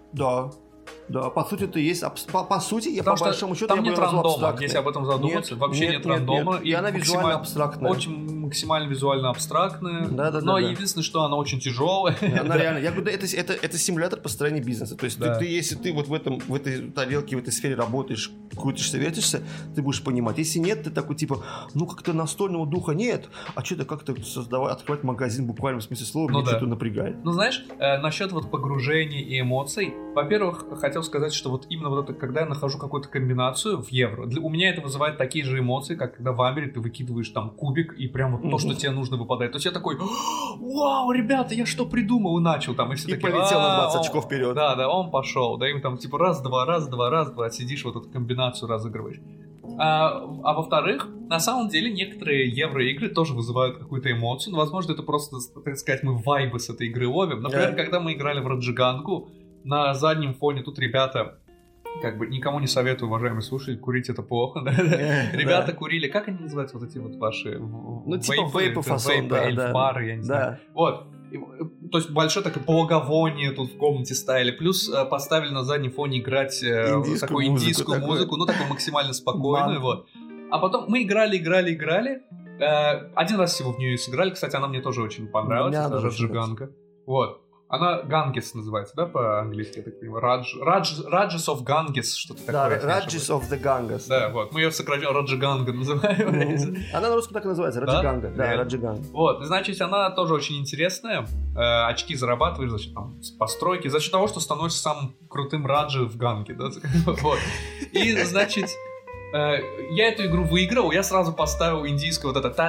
Да, по сути это есть, по сути, я по большому счету там нет рандома, если об этом задуматься, вообще нет рандома. И она визуально абстрактная. Очень максимально визуально абстрактная, но единственное, что она очень тяжелая. Она реально, я говорю, это симулятор построения бизнеса, то есть ты, если ты вот в этой тарелке, в этой сфере работаешь, крутишься, вертишься, ты будешь понимать. Если нет, ты такой типа, как-то настольного духа нет, а что-то как-то открывать магазин буквально в смысле слова, мне что-то напрягает. Знаешь, насчет вот погружения и эмоций, во-первых, хотел сказать, что вот именно вот это, когда я нахожу какую-то комбинацию в евро, у меня это вызывает такие же эмоции, как когда в Америке ты выкидываешь там кубик, и прям вот то, что тебе нужно, выпадает. То есть я такой, вау, ребята, я что придумал, и начал там, и все такие, полетел на 20 очков вперед. Да, он пошел, да, им там типа раз-два, сидишь, вот эту комбинацию разыгрываешь. А во-вторых, на самом деле некоторые евроигры тоже вызывают какую-то эмоцию, но, возможно, это просто, так сказать, мы вайбы с этой игры ловим. Например, когда мы играли в Раджиганку, на заднем фоне тут ребята, как бы никому не советую, уважаемые слушатели, курить это плохо. Ребята курили, как они называются, вот эти вот ваши вейпы фасон, эльф-бары, я не знаю. Вот. То есть большое такое благовоние тут в комнате ставили. Плюс поставили на заднем фоне играть такую индийскую музыку, такую максимально спокойную. Вот. А потом мы играли. Один раз всего в нее сыграли. Кстати, она мне тоже очень понравилась. Это Раджиганка. Вот. Она Гангес называется, да, по-английски, я так понимаю? Rajas of Ganges, что-то такое. Да, Rajas of the Ganges. Да, вот. Мы ее сокращенно Раджиганга называем. Она на русском так и называется, Раджиганга. Да, Раджиганга. Вот, значит, она тоже очень интересная. Очки зарабатываешь за счет там, постройки, за счет того, что становишься самым крутым Раджи в Ганге, да? Вот. И, значит... Я эту игру выиграл, я сразу поставил индийскую вот это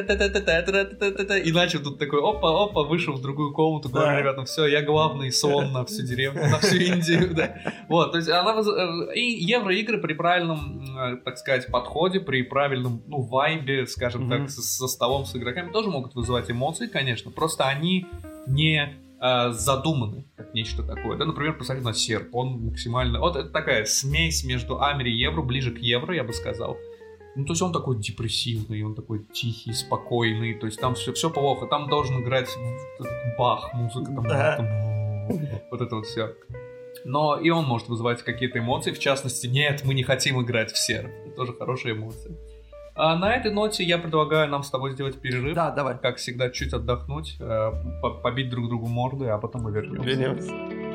и начал тут такой опа, вышел в другую комнату, говорю, ребята, все, я главный слон на всю деревню, на всю Индию, да. Вот, то есть и евроигры при правильном, так сказать, подходе, при правильном, вайбе, скажем так, со столом с игроками тоже могут вызывать эмоции, конечно, просто они не задуманы как нечто такое. Да, например, посмотри на серп, он максимально... Вот это такая смесь между Амери и Евро, ближе к Евро, я бы сказал. То есть он такой депрессивный, он такой тихий, спокойный, то есть там все плохо, там должен играть Бах, музыка, вот это вот все. Но и он может вызывать какие-то эмоции, в частности, нет, мы не хотим играть в серп. Это тоже хорошая эмоция. А на этой ноте я предлагаю нам с тобой сделать перерыв. Да, давай. Как всегда, чуть отдохнуть, побить друг другу морды, а потом мы вернемся.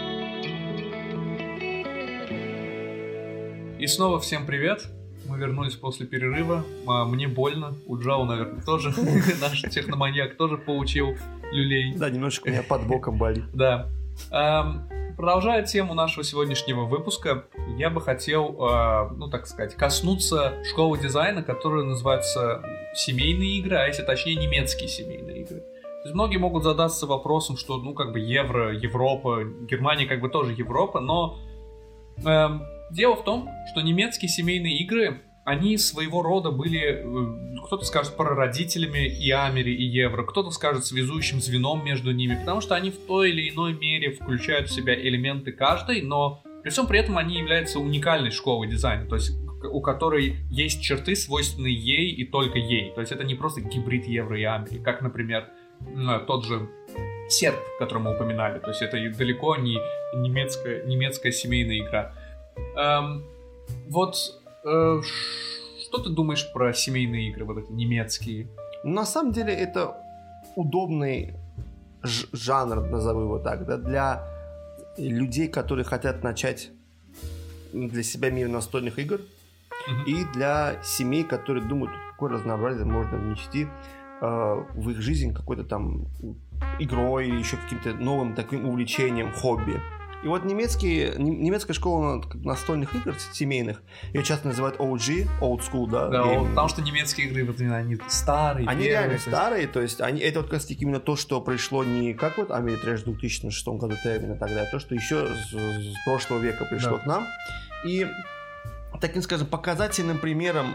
И снова всем привет. Мы вернулись после перерыва. Мне больно. У Джао, наверное, тоже. Наш техноманьяк тоже получил люлей. Да, немножечко у меня под боком болит. Да. Продолжая тему нашего сегодняшнего выпуска, я бы хотел, так сказать, коснуться школы дизайна, которая называется семейные игры, а если точнее немецкие семейные игры. То есть многие могут задаться вопросом, что, Евро, Европа, Германия тоже Европа, но дело в том, что немецкие семейные игры, они своего рода были, кто-то скажет, прародителями и Амери, и Евро, кто-то скажет, связующим звеном между ними, потому что они в той или иной мере включают в себя элементы каждой, но при всем при этом они являются уникальной школой дизайна, то есть у которой есть черты, свойственные ей и только ей. То есть это не просто гибрид Евро и Амери, как, например, тот же серп, который мы упоминали, то есть это далеко не немецкая семейная игра. Вот что ты думаешь про семейные игры, вот эти немецкие? На самом деле это удобный жанр, назову его так, да, для людей, которые хотят начать для себя мир настольных игр, и для семей, которые думают, какое разнообразие можно внести в их жизнь какой-то там игрой или еще каким-то новым таким увлечением, хобби. И вот немецкая школа настольных игр семейных, ее часто называют OG, Old School, да? Да, потому что немецкие игры, вот они старые, они реально старые, то есть это вот как раз таки именно то, что пришло не как вот Америтрэш в 2006 году термина тогда, а то, что еще с прошлого века пришло к нам. И таким, скажем, показательным примером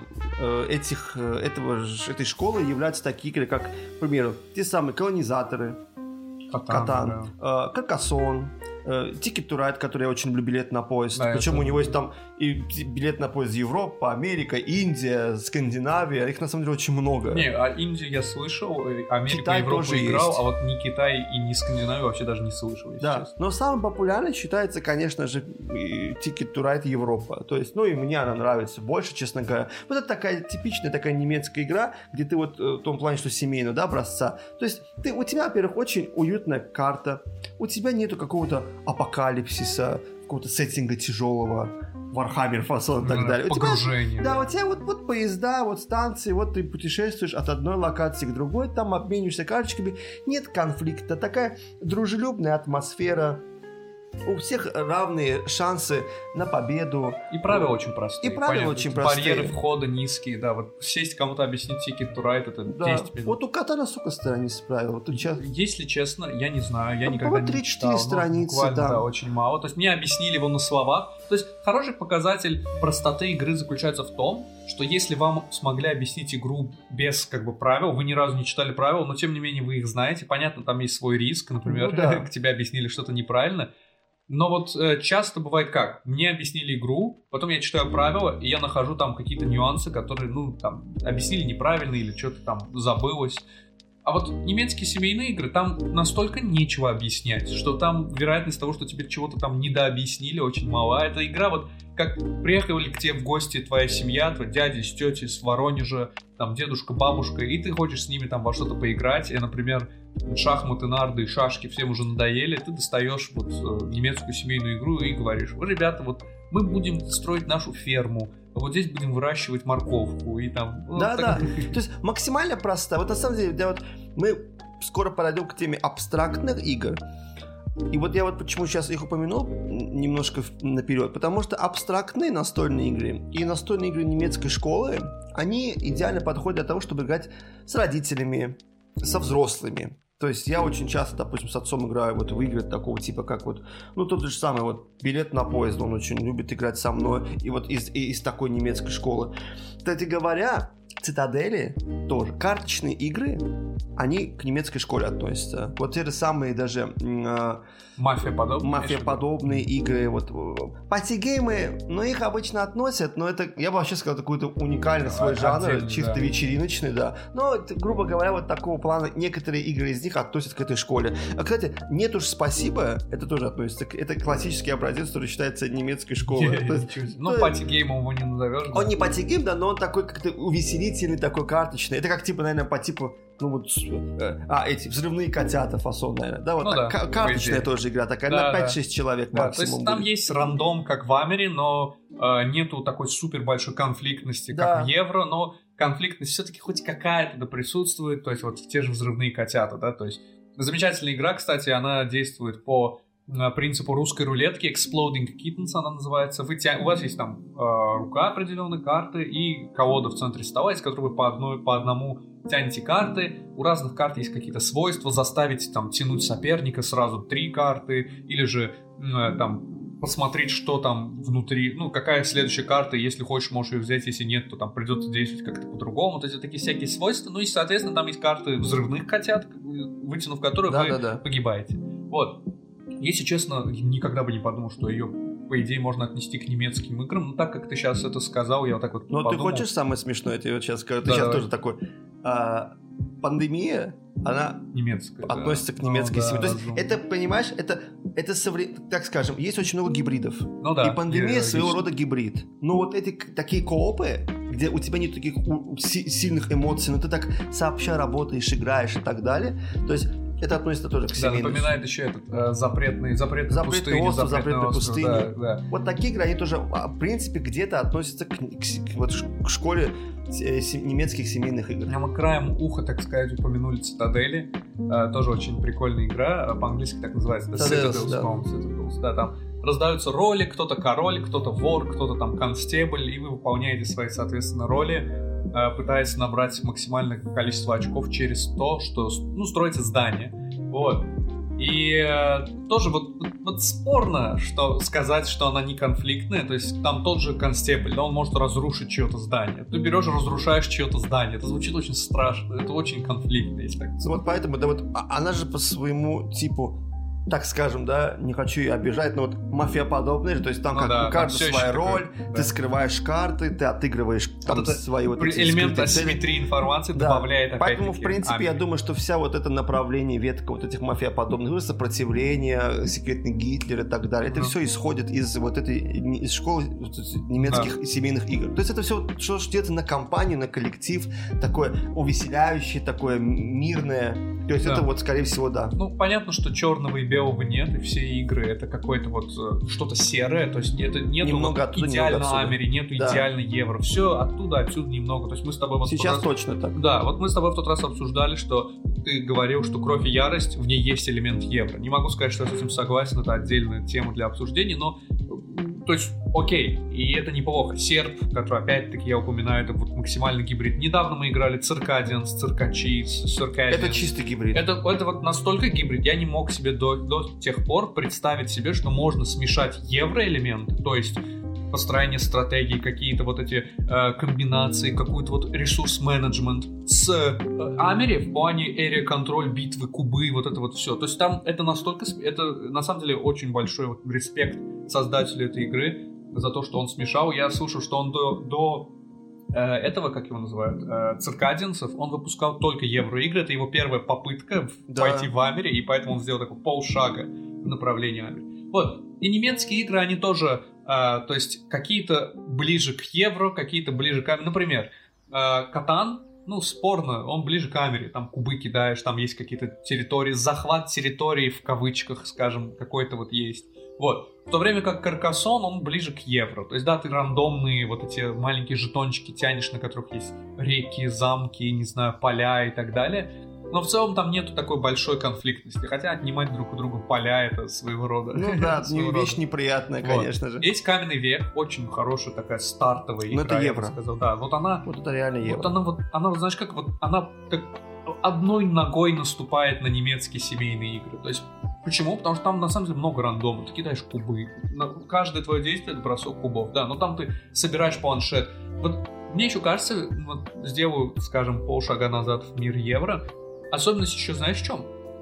этой школы являются такие игры, как, к примеру, те самые колонизаторы, Катан, Каркасон, Ticket to Ride, который я очень люблю, билет на поезд. Да, причем у него есть там и билет на поезд Европа, Америка, Индия, Скандинавия. Их на самом деле очень много. Не, а Индию я слышал, Америку, Китай Европу тоже играл, есть. А вот ни Китай и ни Скандинавию вообще даже не слышал, если да, честно. но самым популярным считается, конечно же, Ticket to Ride Европа. То есть, и мне она нравится больше, честно говоря. Вот это такая типичная такая немецкая игра, где ты вот в том плане, что семейную, да, образца. То есть, у тебя, во-первых, очень уютная карта, у тебя нету какого-то апокалипсиса, какого-то сеттинга тяжелого, Warhammer фасон и так далее. Погружение. У тебя вот поезда, вот станции, вот ты путешествуешь от одной локации к другой, там обмениваешься карточками, нет конфликта, такая дружелюбная атмосфера, у всех равные шансы на победу. И правила очень простые. Барьеры входа низкие, да, вот сесть кому-то объяснить Ticket to Ride, это 10 минут. Вот у Катана, сколько страниц правил? Если честно, я не знаю, я никогда не читал. 3-4 страницы, буквально, да, очень мало. То есть мне объяснили его на словах. То есть хороший показатель простоты игры заключается в том, что если вам смогли объяснить игру без правил, вы ни разу не читали правила, но тем не менее вы их знаете, понятно, там есть свой риск, например, тебе объяснили что-то неправильно. Но вот часто бывает как? Мне объяснили игру, потом я читаю правила, и я нахожу там какие-то нюансы, которые, объяснили неправильно или что-то там забылось. А вот немецкие семейные игры, там настолько нечего объяснять, что там вероятность того, что тебе чего-то там недообъяснили, очень мала. Эта игра вот как приехали к тебе в гости твоя семья, твой дядя с тетей с Воронежа, там дедушка, бабушка, и ты хочешь с ними там во что-то поиграть, и, например, шахматы, нарды и шашки всем уже надоели, ты достаешь немецкую семейную игру и говоришь: ребята, мы будем строить нашу ферму, вот здесь будем выращивать морковку и там... То есть максимально просто. Вот на самом деле, мы скоро подойдем к теме абстрактных игр. И вот я почему сейчас их упомянул немножко наперед, потому что абстрактные настольные игры и настольные игры немецкой школы, они идеально подходят для того, чтобы играть с родителями, со взрослыми. То есть я очень часто, допустим, с отцом играю в игры такого типа, как тот же самый билет на поезд, он очень любит играть со мной, и из такой немецкой школы. Кстати говоря, Цитадели тоже. Карточные игры, они к немецкой школе относятся. Вот те же самые даже... Мафия-подобные игры. Пати-геймы, их обычно относят, но это, я бы вообще сказал, какой-то уникальный свой жанр, чисто вечериночный, да. Но, грубо говоря, такого плана некоторые игры из них относят к этой школе. А, кстати, «Нет уж, спасибо», это тоже относится. Это классический образец, который считается немецкой школой. Пати-геймом его не назовешь. Он не пати-гейм, да, но он такой как-то увеселительный, такой карточный. Это как, наверное, по типу эти взрывные котята фасон, наверное. Карточная тоже игра такая, на 5-6 человек максимум. То есть там есть рандом, как в Амере, но нету такой супер большой конфликтности, как в Евро, но конфликтность все-таки хоть какая-то присутствует, то есть те же взрывные котята, да, то есть замечательная игра, кстати, она действует по принципу русской рулетки, Exploding Kittens она называется. У вас есть там рука определенной карты и колода в центре стола, из которой вы по одному тянете карты. У разных карт есть какие-то свойства, заставить тянуть соперника сразу 3 карты, или же посмотреть, что там внутри, какая следующая карта, если хочешь, можешь ее взять, если нет, то там придется действовать как-то по-другому. То есть такие всякие свойства. И, соответственно, там есть карты взрывных котят, вытянув которые вы погибаете. Если честно, никогда бы не подумал, что ее, по идее, можно отнести к немецким играм. Но так как ты сейчас это сказал, я подумал. Ты хочешь самое смешное? Я тебе сейчас скажу. Ты сейчас тоже такой... пандемия, она немецкая, относится к немецкой семье. То есть это, понимаешь, это так скажем, есть очень много гибридов. И пандемия своего рода гибрид. Но вот эти такие коопы, где у тебя нет таких сильных эмоций, но ты так сообща работаешь, играешь и так далее, то есть это относится тоже к семейным. Да, напоминает еще этот запретный остров, запретная пустыня. Да. Вот такие игры, они тоже, в принципе, где-то относятся к школе немецких семейных игр. Мы краем уха, так сказать, упомянули Цитадели. Тоже очень прикольная игра. По-английски так называется. Citadels, да, там раздаются роли. Кто-то король, кто-то вор, кто-то там констебль. И вы выполняете свои, соответственно, роли, пытаясь набрать максимальное количество очков через то, что строится здание. Вот. И тоже вот спорно, что сказать, что она не конфликтная. То есть там тот же констебль, да, он может разрушить чье-то здание. Ты берешь и разрушаешь чье-то здание. Это звучит очень страшно, это очень конфликтно, если так сказать. Вот поэтому, да, вот она же по своему типу, так скажем, да, не хочу ее обижать, но вот мафиоподобная, то есть там у каждого своя роль, ты скрываешь карты, ты отыгрываешь там свои вот эти элемент асимметрии информации добавляет опять-таки. Поэтому, в принципе, я думаю, что вся вот это направление, ветка вот этих мафиоподобных, сопротивление, секретный Гитлер и так далее, это все исходит из вот этой, из школы немецких семейных игр. То есть это все, что где-то на компанию, на коллектив, такое увеселяющее, такое мирное. То есть это вот, скорее всего, да. Ну, понятно, что черного и белого нет, и все игры это какое-то вот что-то серое, то есть это нету идеально Амери, нету идеально Евро. Все оттуда, отсюда немного. То есть мы с тобой сейчас точно так. Да, вот мы с тобой в тот раз обсуждали, что ты говорил, что «Кровь и ярость», в ней есть элемент Евро. Не могу сказать, что я с этим согласен, это отдельная тема для обсуждения, но то есть, окей, и это неплохо. Серп, который, опять-таки, я упоминаю, это вот максимальный гибрид. Недавно мы играли Circadians, Это чистый гибрид. Это вот настолько гибрид, я не мог себе до тех пор представить себе, что можно смешать евроэлементы, то есть построение стратегий, какие-то вот эти комбинации, какой-то вот ресурс-менеджмент с Амери в плане area контроль, битвы, кубы, вот это вот все. То есть там это настолько... Это на самом деле очень большой вот респект создателю этой игры за то, что он смешал. Я слышал, что он до этого, как его называют, циркадианцев, он выпускал только евроигры. Это его первая попытка войти в Амери, и поэтому он сделал такой полшага в направлении Амери. Вот. И немецкие игры, они тоже... то есть какие-то ближе к евро, какие-то ближе к Амери. Например, Катан, спорно, он ближе к Амери. Там кубы кидаешь, там есть какие-то территории. Захват территории, в кавычках, скажем, какой-то вот есть. Вот. В то время как Каркасон, он ближе к евро. То есть, да, ты рандомные вот эти маленькие жетончики тянешь, на которых есть реки, замки, не знаю, поля и так далее. Но в целом там нету такой большой конфликтности. Хотя отнимать друг у друга поля — это своего рода. Ну да, вещь неприятная, конечно же. Есть Каменный век, очень хорошая такая стартовая игра. Ну это евро. Да, вот она... Вот это реально евро. Вот она, знаешь, как вот она как одной ногой наступает на немецкие семейные игры. То есть почему? Потому что там на самом деле много рандома. Ты кидаешь кубы. Каждое твое действие — это бросок кубов. Да, но там ты собираешь планшет. Вот мне еще кажется, вот сделаю, скажем, полшага назад в мир евро. Особенность еще знаешь в чем?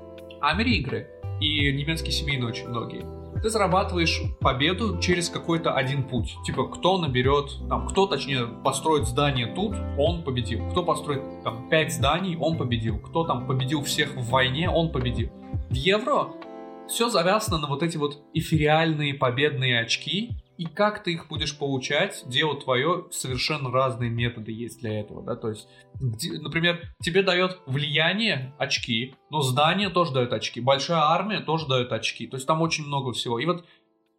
Амери игры и немецкие семейные очень многие. Ты зарабатываешь победу через какой-то один путь. Типа, кто наберет, кто, точнее, построит здание тут, он победил. Кто построит 5 зданий, он победил. Кто победил всех в войне, он победил. В евро все завязано на вот эти вот эфириальные победные очки. И как ты их будешь получать, дело твое, совершенно разные методы есть для этого, да, то есть, например, тебе дает влияние очки, но здание тоже дает очки, большая армия тоже дает очки, то есть там очень много всего. И вот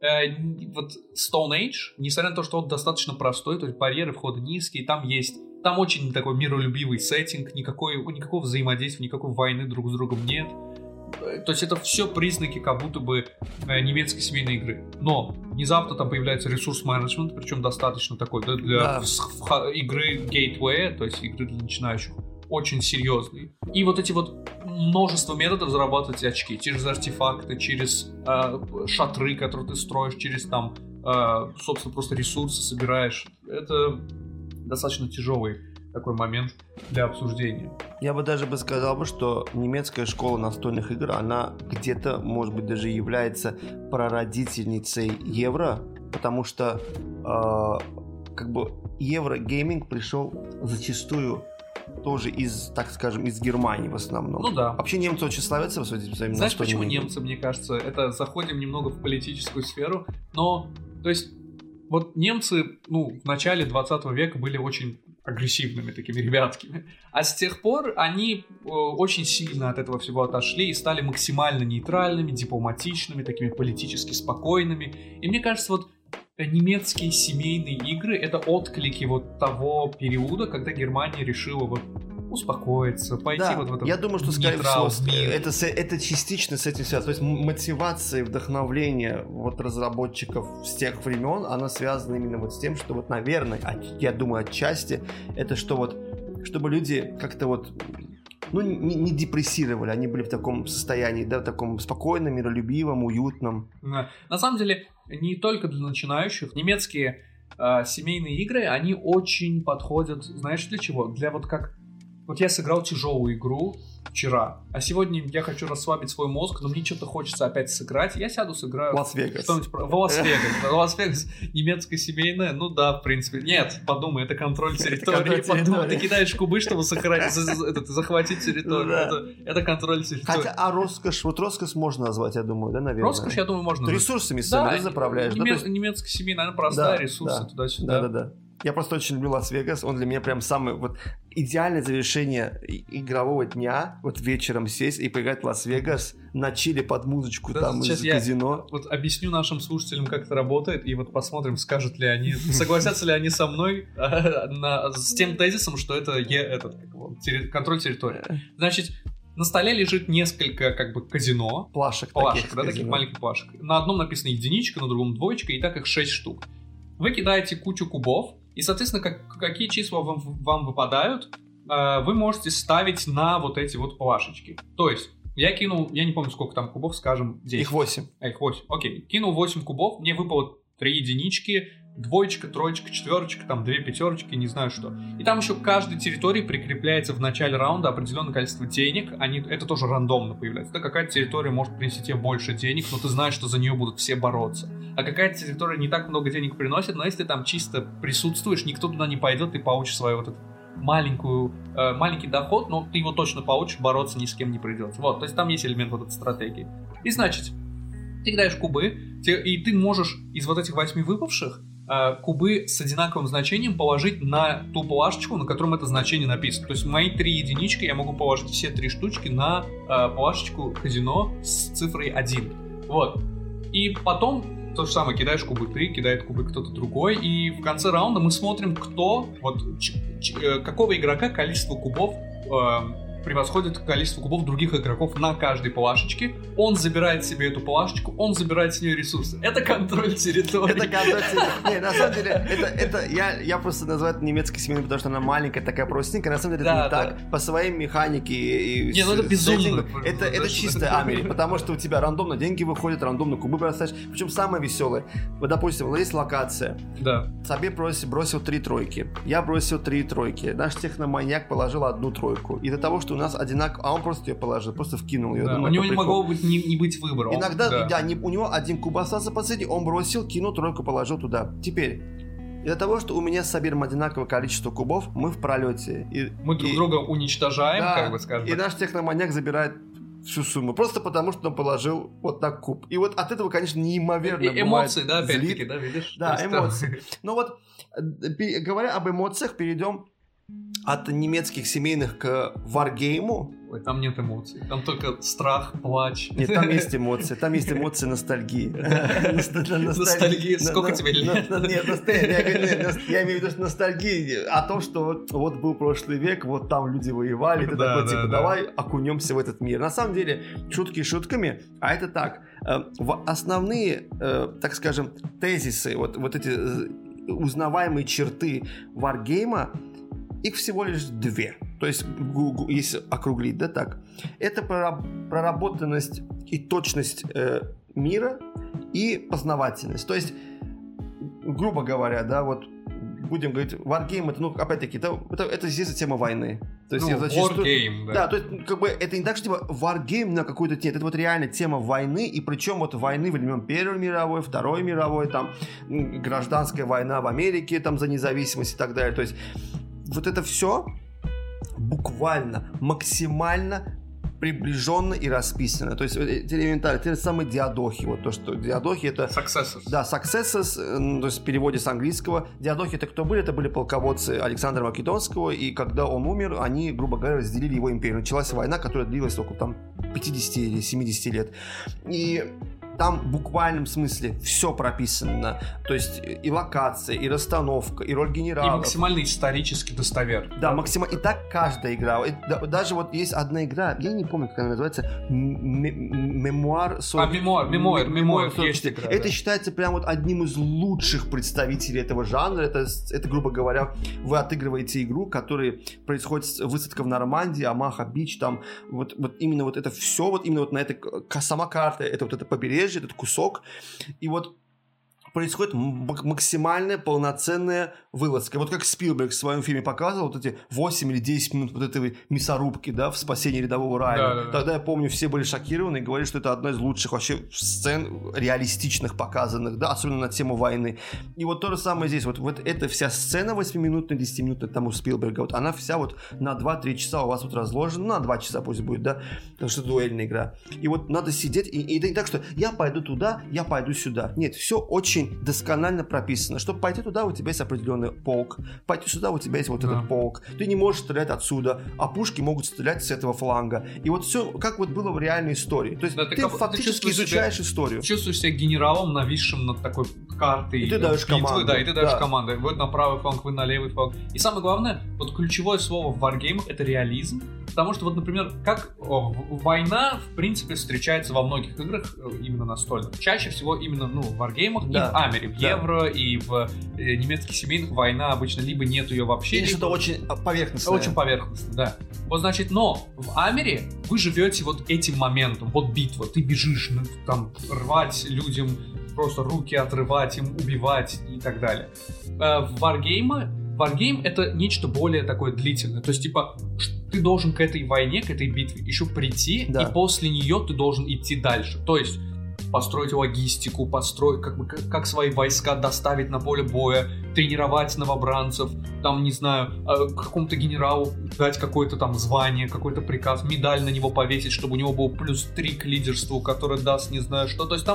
Stone Age, несмотря на то, что он достаточно простой, то есть барьеры входа низкие, там очень такой миролюбивый сеттинг, никакого взаимодействия, никакой войны друг с другом нет. То есть это все признаки как будто бы немецкой семейной игры. Но внезапно там появляется ресурс-менеджмент, причем достаточно такой для игры gateway, то есть игры для начинающих, очень серьезный. И вот эти вот множество методов зарабатывать очки. Через артефакты, через шатры, которые ты строишь, через собственно, просто ресурсы собираешь. Это достаточно тяжелый такой момент для обсуждения. Я бы даже сказал, что немецкая школа настольных игр, она где-то, может быть, даже является прародительницей евро, потому что еврогейминг пришел зачастую тоже из, так скажем, из Германии в основном. Ну да. Вообще немцы очень славятся в своими настольными Знаешь, почему играми. немцы, мне кажется, это заходим немного в политическую сферу, но, то есть, вот немцы, в начале 20 века были очень агрессивными такими ребятками, а с тех пор они очень сильно от этого всего отошли и стали максимально нейтральными, дипломатичными, такими политически спокойными, и мне кажется, вот немецкие семейные игры — это отклики вот того периода, когда Германия решила вот успокоиться, пойти вот в это. Я думаю, что, скорее всего, это частично с этим связано. То есть мотивация и вдохновление вот разработчиков с тех времен, она связана именно вот с тем, что вот, наверное, я думаю, отчасти, это что вот, чтобы люди как-то вот не депрессировали, они были в таком состоянии, да, в таком спокойном, миролюбивом, уютном. На самом деле, не только для начинающих. Немецкие семейные игры, они очень подходят, знаешь, для чего? Для вот как... Вот я сыграл тяжелую игру вчера, а сегодня я хочу расслабить свой мозг, но мне что-то хочется опять сыграть. Я сяду, сыграю Лас-Вегас. Что-нибудь в Лас-Вегас. Лас-Вегас, немецкая семейная, в принципе. Нет, подумай, это контроль территории. Подумай, ты кидаешь кубы, чтобы захватить территорию. Это контроль территории. Хотя, роскошь можно назвать, я думаю, да, наверное? Роскошь, я думаю, можно. Ресурсами сами заправляешь. Немецкая семейная, она простая, ресурсы туда-сюда. Да. Я просто очень люблю Лас-Вегас, он для меня прям самый вот идеальное завершение игрового дня, вот вечером сесть и поиграть в Лас-Вегас на чили под музычку там из казино. Вот объясню нашим слушателям, как это работает, и вот посмотрим, скажут ли они, согласятся ли они со мной с тем тезисом, что это контроль территории. Значит, на столе лежит несколько казино. Плашек, таких маленьких плашек. На одном написано единичка, на другом двоечка, и так их 6 штук. Вы кидаете кучу кубов, и, соответственно, какие числа вам выпадают, вы можете ставить на вот эти вот плашечки. То есть, я кинул, я не помню, сколько там кубов, скажем, 10. Их 8. Их 8, окей. Кинул 8 кубов, мне выпало 3 единички, двоечка, троечка, четверочка, там 2 пятерочки, не знаю что. И там еще к каждой территории прикрепляется в начале раунда определенное количество денег. Это тоже рандомно появляется. Да, какая-то территория может принести тебе больше денег, но ты знаешь, что за нее будут все бороться. А какая-то территория не так много денег приносит, но если ты там чисто присутствуешь, никто туда не пойдет, ты получишь свою вот эту маленький доход, но ты его точно получишь, бороться ни с кем не придется. Вот, то есть там есть элемент вот этой стратегии. И значит, ты кидаешь кубы, и ты можешь из вот этих 8 выпавших кубы с одинаковым значением положить на ту плашечку, на котором это значение написано. То есть мои 3 единички я могу положить все 3 штучки на плашечку казино с цифрой 1. Вот. И потом то же самое, кидаешь кубы ты, кидает кубы кто-то другой, и в конце раунда мы смотрим, какого игрока количество кубов превосходит количество кубов других игроков на каждой плашечке. Он забирает себе эту плашечку, он забирает с нее ресурсы. Это контроль территории. Это контроль территории. Не, на самом деле, я просто называю это немецкой семейной, потому что она маленькая, такая простенькая. На самом деле это не так. По своей механике и это безумно. Это чистая Амери, потому что у тебя рандомно деньги выходят, рандомно кубы бросаешь. Причем самое веселое. Вот, допустим, есть локация. Да. Себе бросил 3 тройки. Я бросил 3 тройки. Наш техноманьяк положил 1 тройку. Из-за того, что у нас одинаково, а он просто ее положил, просто вкинул ее. Да, думаю, у него не могло не быть выбора. Иногда, у него 1 куб остался посреди, он бросил, кинул, тройку положил туда. Теперь, из-за того, что у меня с Сабиром одинаковое количество кубов, мы в пролете. Мы друг друга уничтожаем, скажем. И наш техноманьяк забирает всю сумму, просто потому, что он положил вот так куб. И вот от этого, конечно, неимоверно эмоции, да, опять-таки, да, видишь? Да, эмоции. Но вот, говоря об эмоциях, перейдем от немецких семейных к варгейму. Ой, там нет эмоций. Там только страх, плач. Нет, там есть эмоции. Там есть эмоции ностальгии. Ностальгия? Сколько тебе лет? Нет, я имею в виду ностальгии о том, что вот был прошлый век, вот там люди воевали, ты такой, типа, давай окунемся в этот мир. На самом деле, шутки шутками, а это так. Основные, так скажем, тезисы, вот эти узнаваемые черты варгейма, их всего лишь 2. То есть, если округлить, да, так. Это проработанность и точность мира и познавательность. То есть, грубо говоря, да, вот будем говорить, Wargame, это, опять-таки, это здесь тема войны. То есть, Wargame, да. Да, то есть, это не так, что типа Wargame на какую-то... Нет, это вот реально тема войны, и причем вот войны времен Первой мировой, Второй мировой, там, гражданская война в Америке, там, за независимость и так далее. То есть, вот это все буквально максимально приближенно и расписано. То есть элементарно, те же самые диадохи. Вот то, что диадохи это... Successors. Да, successors, то есть в переводе с английского. Диадохи это кто были? Это были полководцы Александра Македонского, и когда он умер, они, грубо говоря, разделили его империю. Началась война, которая длилась около там 50 или 70 лет. И там в буквальном смысле все прописано. То есть и локация, и расстановка, и роль генерала. И максимально исторически достоверно. Да, максимально. И так каждая игра. Даже вот есть одна игра, я не помню, как она называется, Мемуар 40. Мемуар есть игра. Это считается прям вот одним из лучших представителей этого жанра. Это, грубо говоря, вы отыгрываете игру, в которой происходит высадка в Нормандии, Амаха-Бич, там вот именно вот это все, вот именно вот на этой сама карта, это вот это побережье, этот кусок, и вот происходит максимальная полноценная вылазка. Вот как Спилберг в своем фильме показывал, вот эти 8 или 10 минут вот этой мясорубки, да, в спасении рядового Райана. Да. Тогда, я помню, все были шокированы и говорили, что это одна из лучших вообще сцен реалистичных показанных, да, особенно на тему войны. И вот то же самое здесь. Вот эта вся сцена 8-минутная, 10-минутная там у Спилберга, вот она вся вот на 2-3 часа у вас вот разложена, на 2 часа пусть будет, да, потому что дуэльная игра. И вот надо сидеть, и это не так, что я пойду туда, я пойду сюда. Нет, все очень досконально прописано. Чтобы пойти туда, у тебя есть определенный полк. Пойти сюда, у тебя есть вот этот полк. Ты не можешь стрелять отсюда, а пушки могут стрелять с этого фланга. И вот все, как вот было в реальной истории. То есть да, ты фактически изучаешь историю. Чувствуешь себя генералом, нависшим над такой картой. И ты даешь команду. Да, и ты даешь команду. Вот на правый фланг, вы на левый фланг. И самое главное, вот ключевое слово в варгеймах — это реализм. Потому что вот, например, как война, в принципе, встречается во многих играх именно настольных. Чаще всего именно, в варгеймах и в Амере. В Евро и в немецких семейных война обычно либо нет ее вообще. Или что-то очень поверхностное. Очень поверхностное, да. Вот значит, но в Амере вы живете вот этим моментом. Вот битва, ты бежишь, там, рвать людям, просто руки отрывать им, убивать и так далее. Варгейм — это нечто более такое длительное. То есть, типа, ты должен к этой войне, к этой битве еще прийти, и после нее ты должен идти дальше. То есть построить логистику, построить, как свои войска доставить на поле боя, тренировать новобранцев, там, не знаю, какому-то генералу дать какое-то там звание, какой-то приказ, медаль на него повесить, чтобы у него был +3 к лидерству, который даст не знаю что. То есть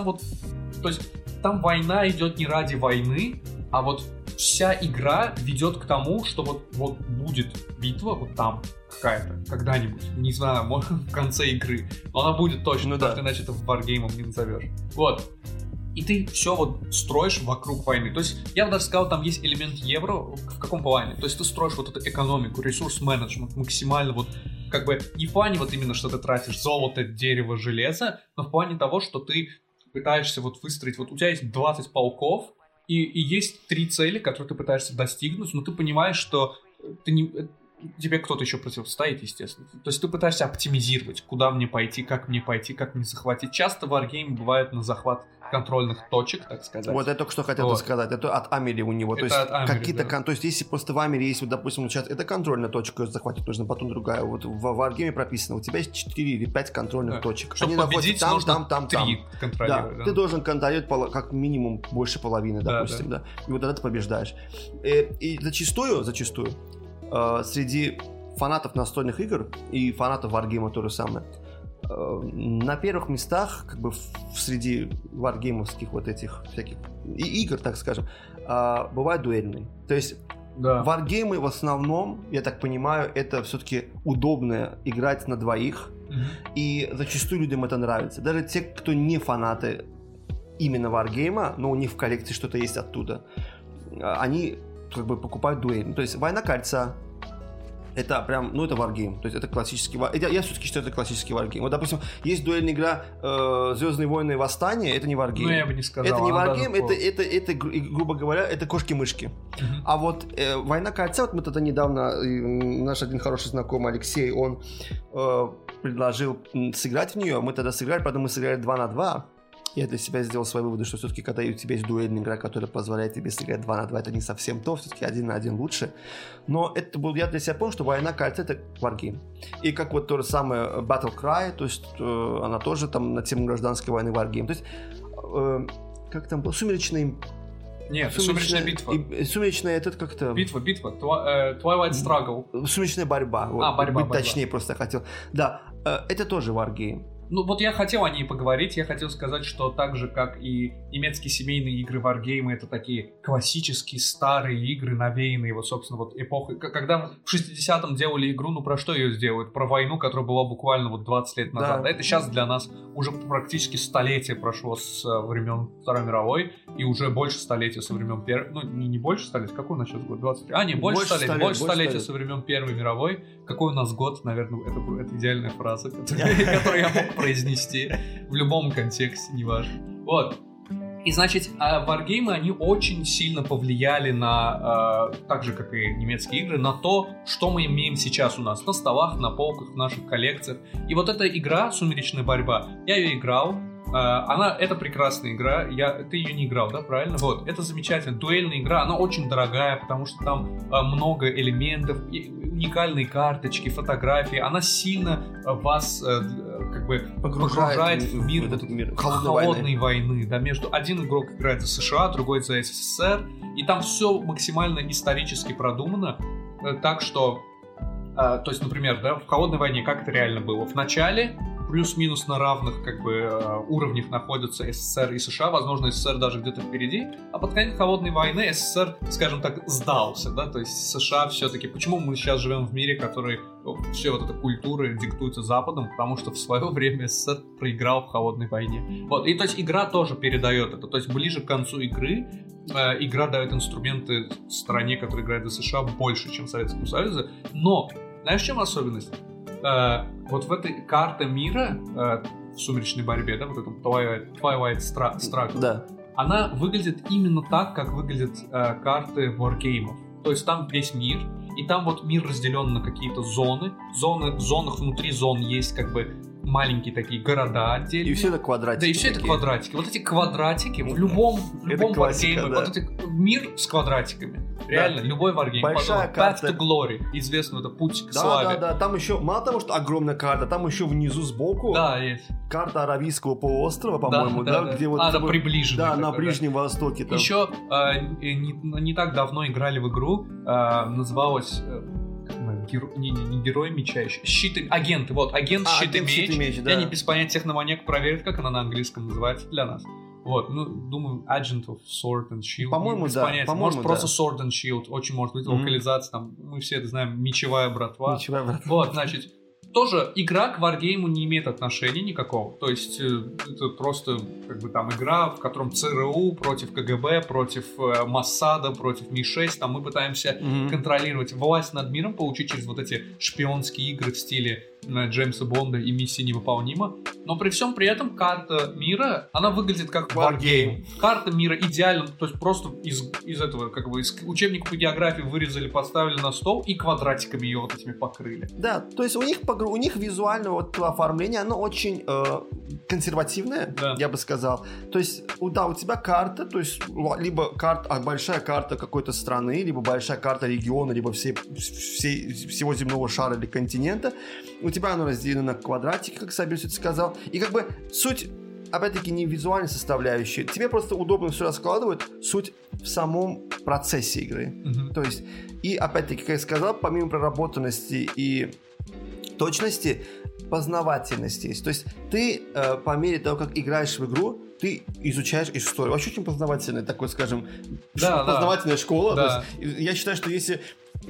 там война идет не ради войны, а вот вся игра ведет к тому, что вот будет битва вот там какая-то, когда-нибудь, не знаю, может, в конце игры, но она будет точно, потому что иначе это варгеймом не назовешь. Вот. И ты все вот строишь вокруг войны. То есть, я бы даже сказал, там есть элемент евро в каком плане? То есть, ты строишь вот эту экономику, ресурс-менеджмент максимально вот, как бы, не в плане вот именно, что ты тратишь золото, дерево, железо, но в плане того, что ты пытаешься вот выстроить, вот у тебя есть 20 полков, и есть 3 цели, которые ты пытаешься достигнуть, но ты понимаешь, что тебе кто-то еще противостоит, естественно. То есть ты пытаешься оптимизировать, куда мне пойти, как мне захватить. Часто варгейм бывает на захват контрольных точек, так сказать. Вот я только что хотел сказать. Это от Амери у него. Это то есть от Амери, какие-то, то есть если просто в Амери есть, вот, допустим, сейчас это контрольная точка, захватить нужно, потом другая. Вот в варгейме прописано, у тебя есть 4 или 5 контрольных точек. Чтобы они победить, там, нужно 3 контролировать. Да. Ты должен контролировать как минимум больше половины, допустим, да. И вот тогда ты побеждаешь. И зачастую среди фанатов настольных игр и фанатов варгейма то же самое. На первых местах, как бы среди варгеймовских вот этих всяких игр, так скажем, бывают дуэльные. То есть варгеймы в основном, я так понимаю, это все-таки удобно играть на двоих, и зачастую людям это нравится. Даже те, кто не фанаты именно варгейма, но у них в коллекции что-то есть оттуда, они как бы покупают дуэль. То есть «Война кольца» это прям, это варгейм, то есть это классический варгейм. Я все-таки считаю, это классический варгейм. Вот, допустим, есть дуэльная игра «Звездные войны. Восстание», это не варгейм. Я бы не сказал. Это не варгейм, это, грубо говоря, это кошки-мышки. А вот «Война кольца», вот мы тогда недавно, наш один хороший знакомый Алексей, он предложил сыграть в нее, мы тогда сыграли, правда, мы сыграли 2 на 2. Я для себя сделал свои выводы, что все-таки, когда у тебя есть дуэльная игра, которая позволяет тебе сыграть 2 на 2, это не совсем то, все-таки 1 на 1 лучше. Но это был, я для себя понял, что «Война кольца» — это варгейм. И как вот то же самое Battle Cry, то есть она тоже там на тему гражданской войны варгейм. То есть, как там был, «Сумеречный Нет, «Сумеречная битва». «Сумеречная» этот как-то... Битва. Twilight Struggle. «Сумеречная борьба». Вот, борьба. Точнее просто хотел. Да, это тоже варгейм. Ну вот я хотел о ней поговорить, я хотел сказать, что так же, как и немецкие семейные игры, варгеймы, это такие классические старые игры, навеянные вот, собственно, вот эпохой. Когда в 60-м делали игру, ну про что ее сделают? Про войну, которая была буквально вот 20 лет назад. Да. Это сейчас для нас уже практически столетие прошло с времен Второй мировой, и уже больше столетия со времен Первой... Ну, не больше столетия, какой у нас сейчас год? 23? Больше столетия со времен Первой мировой. Какой у нас год, наверное, это идеальная фраза, которую я мог произнести в любом контексте, неважно. Вот. И, значит, варгеймы, они очень сильно повлияли на, так же, как и немецкие игры, на то, что мы имеем сейчас у нас на столах, на полках, в наших коллекциях. И вот эта игра «Сумеречная борьба», я ее играл, это прекрасная игра, ты ее не играл, да, правильно? Вот, это замечательная дуэльная игра, она очень дорогая, потому что там много элементов, уникальные карточки, фотографии, она сильно вас как бы погружает в мир, этот мир холодной войны, да, один игрок играет за США, другой за СССР, и там все максимально исторически продумано, так что, то есть, например, да, в холодной войне как это реально было? В начале плюс-минус на равных как бы уровнях находятся СССР и США, возможно, СССР даже где-то впереди, а под конец холодной войны СССР, скажем так, сдался, да, то есть США все-таки, почему мы сейчас живем в мире, который все вот эта культура диктуется Западом, потому что в свое время СССР проиграл в холодной войне. Вот, и то есть игра тоже передает это, то есть ближе к концу игры игра дает инструменты стране, которая играет за США, больше, чем Советскому Союзу, но знаешь, в чем особенность? Вот в этой карте мира в «Сумеречной борьбе», да, вот этом Twilight Struggle, да. Она выглядит именно так, как выглядят карты варгеймов. То есть там весь мир, и там вот мир разделен на какие-то зоны. В зонах внутри зон есть как бы маленькие такие города отдельные. И все это квадратики. Да, и все это квадратики. Вот эти квадратики в любом варгейме, да. Вот мир с квадратиками. Реально, да. Любой варгейм. Большая карта. Path to Glory. Известно, это путь к славе. Да. Там еще, мало того, что огромная карта, там еще внизу сбоку есть. Карта Аравийского полуострова, по-моему, да? Где вот она приближена. Да, на Ближнем Востоке. Там. Еще не так давно играли в игру, называлась... Не Герой Меча еще. Агенты, вот, Агент Щит и Меч. Да. Я не без понятия, техноманьяк проверит, как она на английском называется для нас. Вот, ну, думаю, Agent of Sword and Shield. По-моему, без да. Понятия. Может, просто Sword and Shield. Очень может быть локализация, там, мы все это знаем, Мечевая братва. Вот, значит, тоже игра к варгейму не имеет отношения никакого. То есть это просто как бы там игра, в котором ЦРУ против КГБ, против Моссада, против Ми-6. Там мы пытаемся контролировать власть над миром, получить через вот эти шпионские игры в стиле Джеймса Бонда и «Миссия невыполнима». Но при всем при этом карта мира, она выглядит как варгейм. Карта мира идеально, то есть просто из этого, как бы из учебника по географии вырезали, поставили на стол и квадратиками ее вот этими покрыли. Да, то есть у них визуально вот оформление, оно очень консервативное, да. Я бы сказал. То есть, у тебя карта, то есть либо большая карта какой-то страны, либо большая карта региона, либо всего земного шара или континента. У тебя оно разделено на квадратики, как Сабир сказал. И как бы суть, опять-таки, не визуальной составляющей. Тебе просто удобно все раскладывать. Суть в самом процессе игры. То есть, и опять-таки, как я сказал, помимо проработанности и точности, познавательность есть. То есть ты по мере того, как играешь в игру, ты изучаешь историю. Вообще очень познавательная, такой, скажем, познавательная школа. Да. То есть, я считаю, что если...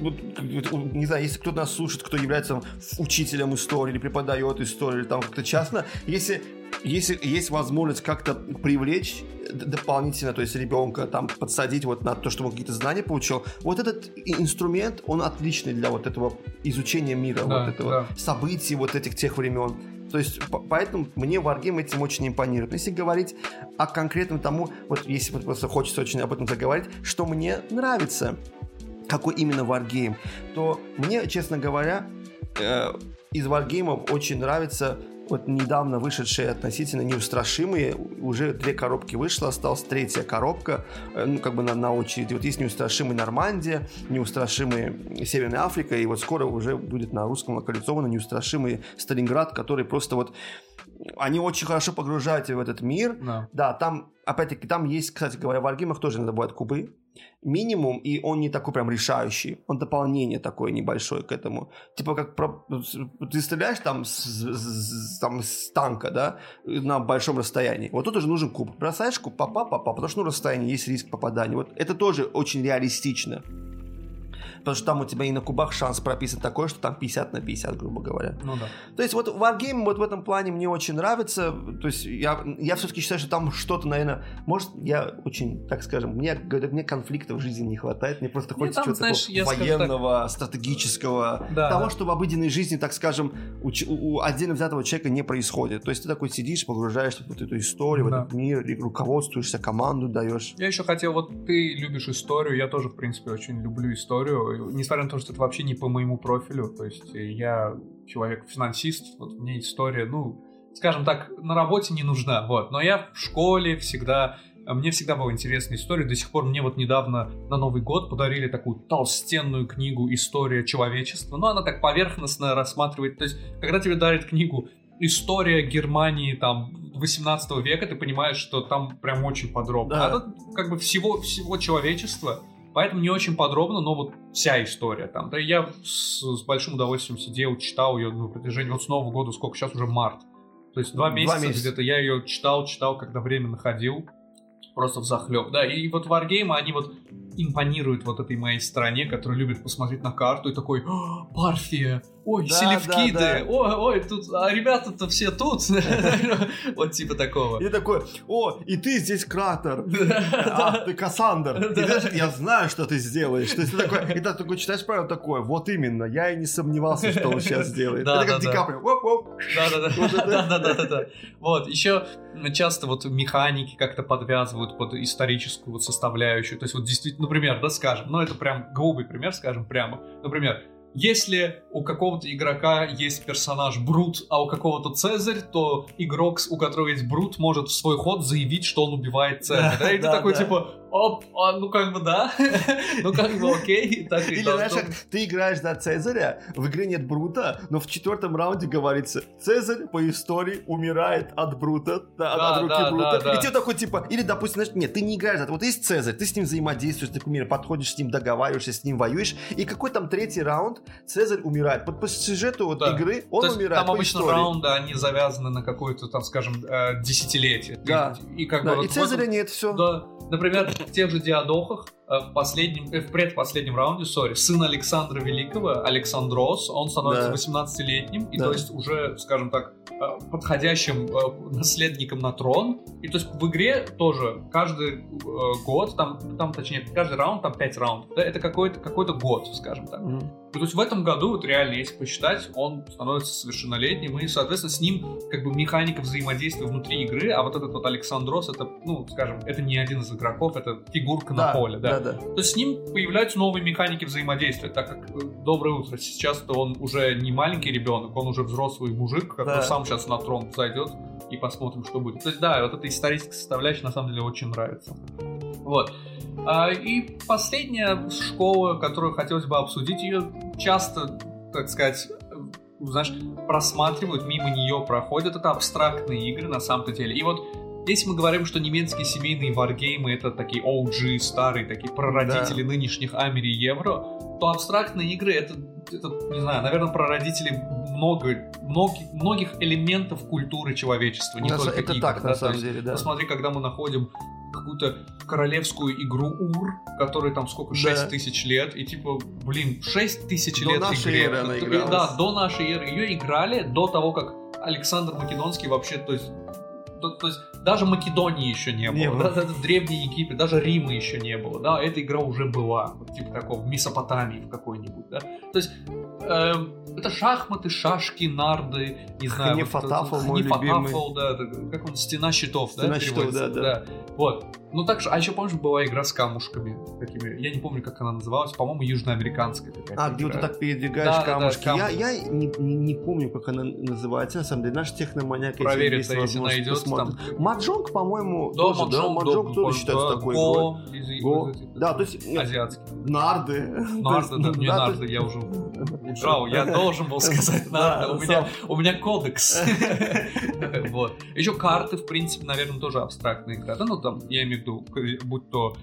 не знаю, если кто-то нас слушает, кто является учителем истории или преподает историю, или там как-то частно, если есть возможность как-то привлечь дополнительно, то есть ребенка там подсадить вот на то, чтобы он какие-то знания получил, вот этот инструмент, он отличный для вот этого изучения мира, вот этого событий вот этих тех времен. То есть, поэтому мне варгейм этим очень импонирует. Но если говорить о конкретном тому, вот если вот просто хочется очень об этом заговорить, что мне нравится, какой именно варгейм, то мне, честно говоря, из варгеймов очень нравится вот недавно вышедшие относительно неустрашимые, уже 2 коробки вышло, осталась 3-я коробка, ну, как бы на очереди. Вот есть неустрашимый Нормандия, неустрашимый Северная Африка, и вот скоро уже будет на русском локализовано неустрашимый Сталинград, который просто вот они очень хорошо погружают тебя в этот мир. Да, там, опять-таки, там есть, кстати говоря, в варгеймах тоже надо бывают кубы. Минимум, и он не такой прям решающий. Он дополнение такое небольшое к этому. Типа как ты стреляешь там с танка, да, на большом расстоянии. Вот тут уже нужен куб. Бросаешь куб, потому что на расстоянии есть риск попадания. Вот это тоже очень реалистично. Потому что там у тебя и на кубах шанс прописан такой, что там 50 на 50, грубо говоря. Ну да. То есть вот Wargame вот в этом плане мне очень нравится. То есть я все-таки считаю, что там что-то, наверное, может, я очень, так скажем, мне конфликтов в жизни не хватает. Мне просто хочется чего-то такого военного, стратегического. Да, того, что в обыденной жизни, так скажем, у отдельно взятого человека не происходит. То есть ты такой сидишь, погружаешься в вот эту историю, в этот мир, руководствуешься, команду даешь. Я еще хотел, вот ты любишь историю, я тоже, в принципе, очень люблю историю. Несмотря на то, что это вообще не по моему профилю, то есть я человек-финансист, вот мне история, ну, скажем так, на работе не нужна, вот, но я в школе мне всегда была интересная история, до сих пор мне вот недавно на Новый год подарили такую толстенную книгу «История человечества», но она так поверхностно рассматривает, то есть когда тебе дарят книгу «История Германии», там, 18 века, ты понимаешь, что там прям очень подробно, да. А тут как бы всего человечества. Поэтому не очень подробно, но вот вся история там. Да, я с большим удовольствием сидел, читал ее на протяжении вот с Нового года, сколько сейчас уже март. То есть 2 месяца где-то я ее читал, когда время находил. Просто взахлеб. Да, и вот Wargame, они вот импонируют вот этой моей стране, которая любит посмотреть на карту и такой: Парфия, ой, да, Селевкиды, да. Ой, тут, а ребята-то все тут. Вот типа такого. И такой: о, и ты здесь кратер. Ты Кассандр. Я знаю, что ты сделаешь. То есть ты такой читаешь правило такое: вот именно, я и не сомневался, что он сейчас сделает. Это как Ди Каприо. Да. Вот, еще часто вот механики как-то подвязывают под историческую вот составляющую. То есть вот действительно, например, да, скажем, ну это прям грубый пример, скажем прямо. Например, если у какого-то игрока есть персонаж Брут, а у какого-то Цезарь, то игрок, у которого есть Брут, может в свой ход заявить, что он убивает Цезаря. Да, и ты такой типа: оп, ну как бы да, ну как бы окей. Так и или знаешь, как ты играешь за Цезаря, в игре нет Брута, но в 4-м раунде говорится: Цезарь по истории умирает от Брута, от руки Брута. И тебе такой типа, или допустим, знаешь, нет, ты не играешь за это, вот есть Цезарь, ты с ним взаимодействуешь, такой мир, подходишь с ним, договариваешься, с ним воюешь, и какой там 3-й раунд, Цезарь умирает. По сюжету вот игры он умирает. Там обычно раунды, они завязаны на какое-то, там, скажем, десятилетие. Да. И как бы и Цезаря нет, все. Да. Например, в тех же Диадохах в предпоследнем раунде, сын Александра Великого, Александрос, он становится 18-летним, и то есть уже, скажем так, подходящим наследником на трон. И то есть в игре тоже каждый год, там точнее, каждый раунд, там 5 раундов, да, это какой-то год, скажем так. То есть в этом году, вот реально, если посчитать, он становится совершеннолетним, и, соответственно, с ним как бы механика взаимодействия внутри игры, а вот этот вот Александрос, это, ну, скажем, это не один из игроков, это фигурка на поле, да. То есть с ним появляются новые механики взаимодействия, так как «Доброе утро», сейчас-то он уже не маленький ребенок, он уже взрослый мужик, который сам сейчас на трон зайдет, и посмотрим, что будет. То есть, да, вот эта историческая составляющая на самом деле очень нравится. Вот. И последняя школа, которую хотелось бы обсудить, ее часто, так сказать, знаешь, просматривают, мимо нее проходят. Это абстрактные игры на самом-то деле. И вот если мы говорим, что немецкие семейные варгеймы — это такие OG, старые, такие прародители нынешних Амери и Евро, то абстрактные игры — это, не знаю, наверное, прародители многих элементов культуры человечества, не только это игр. Так, на самом деле, да. Посмотри, когда мы находим какую-то королевскую игру Ур, которой там сколько, 6 тысяч лет, и типа, 6 тысяч лет игре. До нашей эры она игралась. Да, до нашей эры. Ее играли до того, как Александр Македонский вообще, то есть даже Македонии еще не было. Да, Древний Египет, даже Рима еще не было. Да, эта игра уже была. Вот, типа такого, в Месопотамии в какой-нибудь. Да? То есть это шахматы, шашки, нарды, не знаю. Хнефатафл, мой любимый. Хнефатафл, да, как он, стена щитов, стена щитов, да. Вот. Ну так же, а еще помнишь, была игра с камушками такими, я не помню, как она называлась, по-моему, южноамериканская такая. Где вот ты так передвигаешь камушки. Я не помню, как она называется, на самом деле, наш техноманьяк, проверит, если найдет там. Маджонг, по-моему, да, тоже, да? Маджонг тоже считается такой игрой. Да, то есть... Азиатский. Нарды. Нарды, да, не нарды, я уже ужал, я должен был сказать нарды, у меня кодекс. Вот. Еще карты, в принципе, наверное, тоже абстрактная игра. Да, ну там, я имею в виду, будь то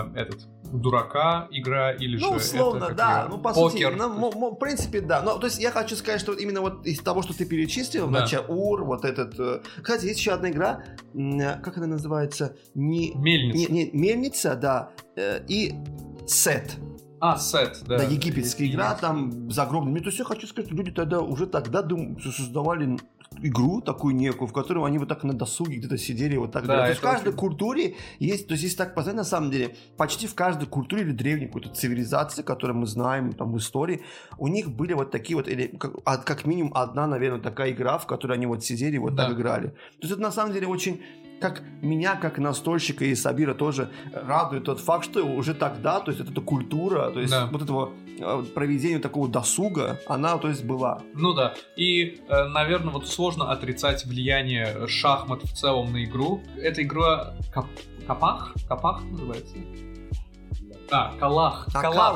дурака игра или же условно, это, да, покер. Сути, в принципе, да. Но, то есть я хочу сказать, что именно вот из того, что ты перечислил, вначале УР, вот этот... Кстати, есть еще одна игра, как она называется? Мельница. Мельница, да, и Сет. Сет, да. Да, египетская игра, там загробная. То есть я хочу сказать, что люди тогда создавали игру такую некую, в которой они вот так на досуге где-то сидели вот так. Да, то есть в каждой культуре есть, то есть если так посмотреть, на самом деле, почти в каждой культуре или древней какой-то цивилизации, которую мы знаем там в истории, у них были вот такие вот, или как минимум одна, наверное, такая игра, в которой они вот сидели вот так играли. То есть это на самом деле очень... Как меня, как настольщика и Сабира тоже радует тот факт, что уже тогда, то есть эта культура, то есть вот этого проведения такого досуга, она, то есть, была. Ну да, и, наверное, вот сложно отрицать влияние шахмат в целом на игру. Эта игра Капах называется? Калах,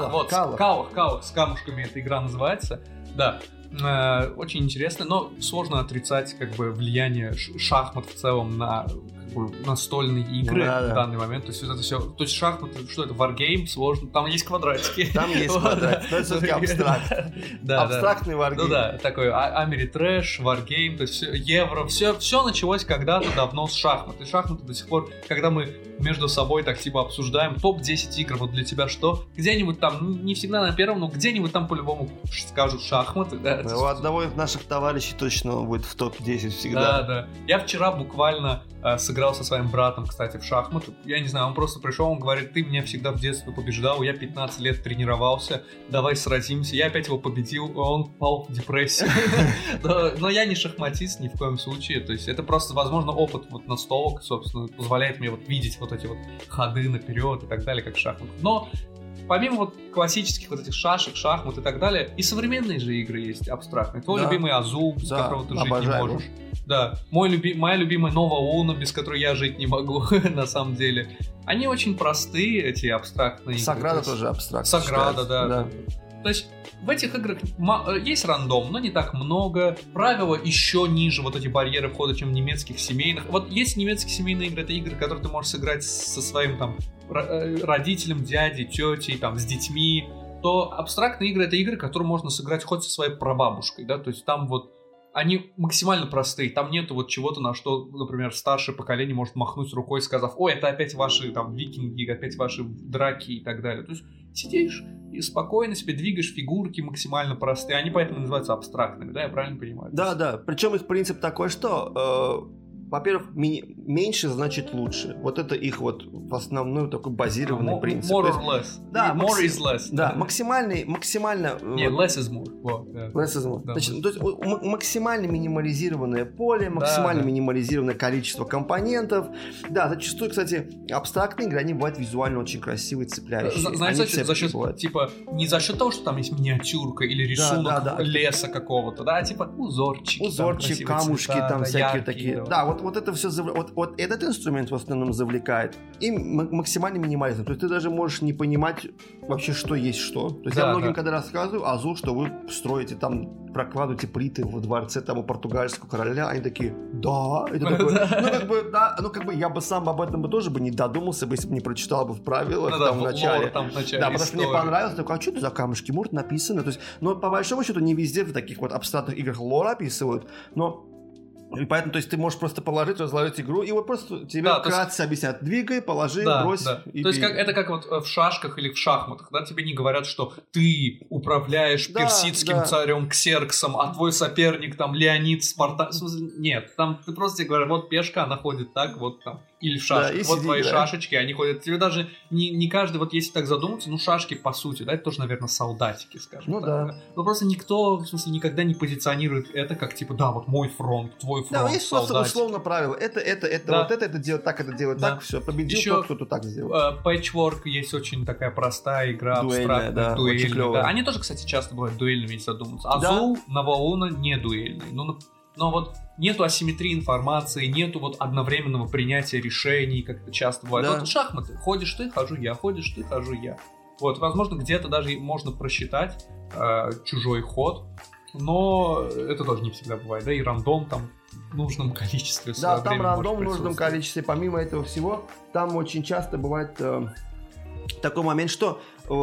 с камушками эта игра называется, да. Очень интересно, но сложно отрицать как бы влияние шахмат в целом на настольные игры в данный момент. То есть это все. То есть шахматы, что это? Wargame, сложно. Там есть квадратики. Там есть квадратики. Это все-таки абстракт. Абстрактный Wargame. Ну да, такой Америтрэш, Wargame, то есть Евро. Все началось когда-то давно с шахмат. И шахматы до сих пор, когда мы между собой так типа обсуждаем топ-10 игр, вот для тебя что? Где-нибудь там, не всегда на первом, но где-нибудь там по-любому скажут шахматы. Да, у одного из наших товарищей точно он будет в топ-10 всегда. Да. Я вчера буквально сыграл со своим братом, кстати, в шахматы. Я не знаю, он просто пришел, он говорит, ты меня всегда в детстве побеждал, я 15 лет тренировался, давай сразимся. Я опять его победил, он пал в депрессию. Но я не шахматист ни в коем случае, то есть это просто, возможно, опыт вот настолок, собственно, позволяет мне вот видеть вот эти вот ходы наперед и так далее, как в шахматах. Но помимо вот классических вот этих шашек, шахмат и так далее, и современные же игры есть абстрактные. Твой любимый Азул, без которого ты жить не можешь. Да, моя любимая Нова Уна, без которой я жить не могу, на самом деле. Они очень простые, эти абстрактные игры. Саграда тоже абстрактная. Саграда, да. То есть в этих играх есть рандом, но не так много. Правила еще ниже, вот эти барьеры входа, чем в немецких семейных. Вот есть немецкие семейные игры, это игры, которые ты можешь сыграть со своим там родителем, дядей, тетей, там, с детьми. То абстрактные игры — это игры, которые можно сыграть хоть со своей прабабушкой, да, то есть там вот они максимально простые, там нету вот чего-то, на что, например, старшее поколение может махнуть рукой, сказав, ой, это опять ваши там викинги, опять ваши драки и так далее. То есть сидишь и спокойно себе двигаешь фигурки максимально простые, они поэтому называются абстрактными, да, я правильно понимаю? Да, причем их принцип такой, что... Во-первых, меньше значит лучше. Вот это их вот основной такой базированный принцип. More or less. Да, more is less. Да, максимально... Нет, less is more. Less is more. Да, значит, то есть максимально минимализированное поле, максимально минимализированное количество компонентов. Да, зачастую, кстати, абстрактные игры, они бывают визуально очень красивые, цепляющие. Знаете, за счет, типа, не за счет того, что там есть миниатюрка или рисунок леса какого-то, да, а типа узорчик, камушки, там всякие такие. Да, вот это все, вот этот инструмент в основном завлекает. И максимально минимализм. То есть ты даже можешь не понимать вообще, что есть что. То есть я многим когда рассказываю Азул, что вы строите там, прокладываете плиты во дворце там у португальского короля, они такие, да. Это такой, я бы сам об этом тоже не додумался, если бы не прочитал бы в правилах там в начале. Да, потому что мне понравилось, такой, а что это за камушки? Может, написано. То есть, но по большому счету не везде в таких вот абстрактных играх лор описывают, но и поэтому, то есть, ты можешь просто положить, разложить игру, и вот просто тебе вкратце объяснят. Двигай, положи, брось. И то есть, это как вот в шашках или в шахматах, да, тебе не говорят, что ты управляешь персидским царем Ксерксом, а твой соперник там Леонид Спартак. Нет, там ты просто тебе говорят, вот пешка, она ходит так, вот там. Или в шашки. Да, вот твои играй. шашечки, они ходят. Тебе даже не каждый, вот если так задуматься, ну шашки по сути, да, это тоже, наверное, солдатики, скажем Ну так. да. Но просто никто, в смысле, никогда не позиционирует это как типа, да, вот мой фронт, твой фронт, Да, есть просто солдатики. условно правило. Это, Да. вот это делать так, это делать Да. так, все, победил Ещё, тот, кто так сделал. Patchwork есть очень такая простая игра, Дуэльная, абстрактная, да, очень дуэльная. клёвая. Да. Они тоже, кстати, часто бывают дуэльными, если задуматься. Да. Азул, Новолуна не дуэльный. Но вот нету асимметрии информации, нету вот одновременного принятия решений, как это часто бывает. Да. Вот шахматы. Ходишь ты, хожу я, ходишь ты, хожу я. Вот, возможно, где-то даже можно просчитать чужой ход, но это тоже не всегда бывает, да, и рандом там в нужном количестве. в Да, своё там время рандом может в нужном присутствовать. количестве. Помимо этого всего, там очень часто бывает такой момент, что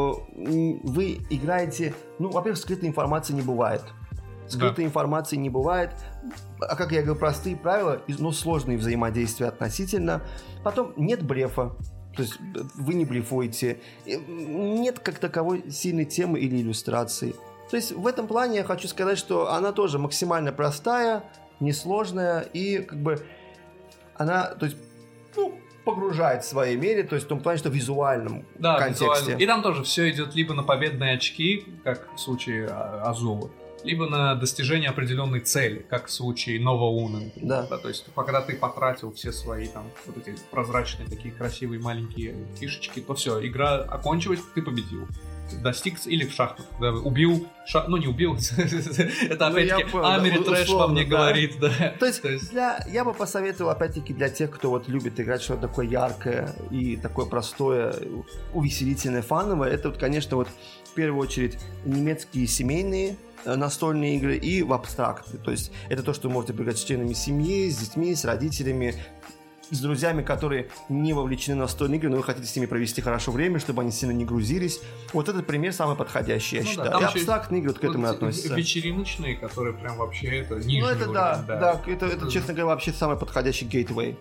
вы играете... Ну, во-первых, скрытой информации не бывает. Скрытой информации не бывает. А как я говорю, простые правила, но сложные взаимодействия относительно. Потом нет блефа. То есть вы не блефуете. Нет как таковой сильной темы или иллюстрации. То есть в этом плане я хочу сказать, что она тоже максимально простая, несложная и как бы она, то есть, ну, погружает в своей мере, то есть в том плане, что в визуальном контексте. Визуально. И там тоже все идет либо на победные очки, как в случае Азула, либо на достижение определенной цели, как в случае Новолуны. Да. То есть, когда ты потратил все свои там вот эти прозрачные такие красивые маленькие фишечки, то все, игра окончилась, ты победил. Достиг или в шахматах, да, убил, ну не убил, это опять-таки Амери Трэш во мне говорит, да. То есть я бы посоветовал опять-таки для тех, кто вот любит играть что-то такое яркое и такое простое, увеселительное, фановое, это вот, конечно, вот в первую очередь немецкие семейные настольные игры и в абстракты. То есть это то, что вы можете играть с членами семьи, с детьми, с родителями, с друзьями, которые не вовлечены в настольные игры, но вы хотите с ними провести хорошо время, чтобы они сильно не грузились. Вот этот пример самый подходящий, я считаю. И абстрактные игры вот к этому относятся. Вечериночные, которые прям вообще это нижний уровень. Ну это, честно говоря, вообще самый подходящий гейтвей.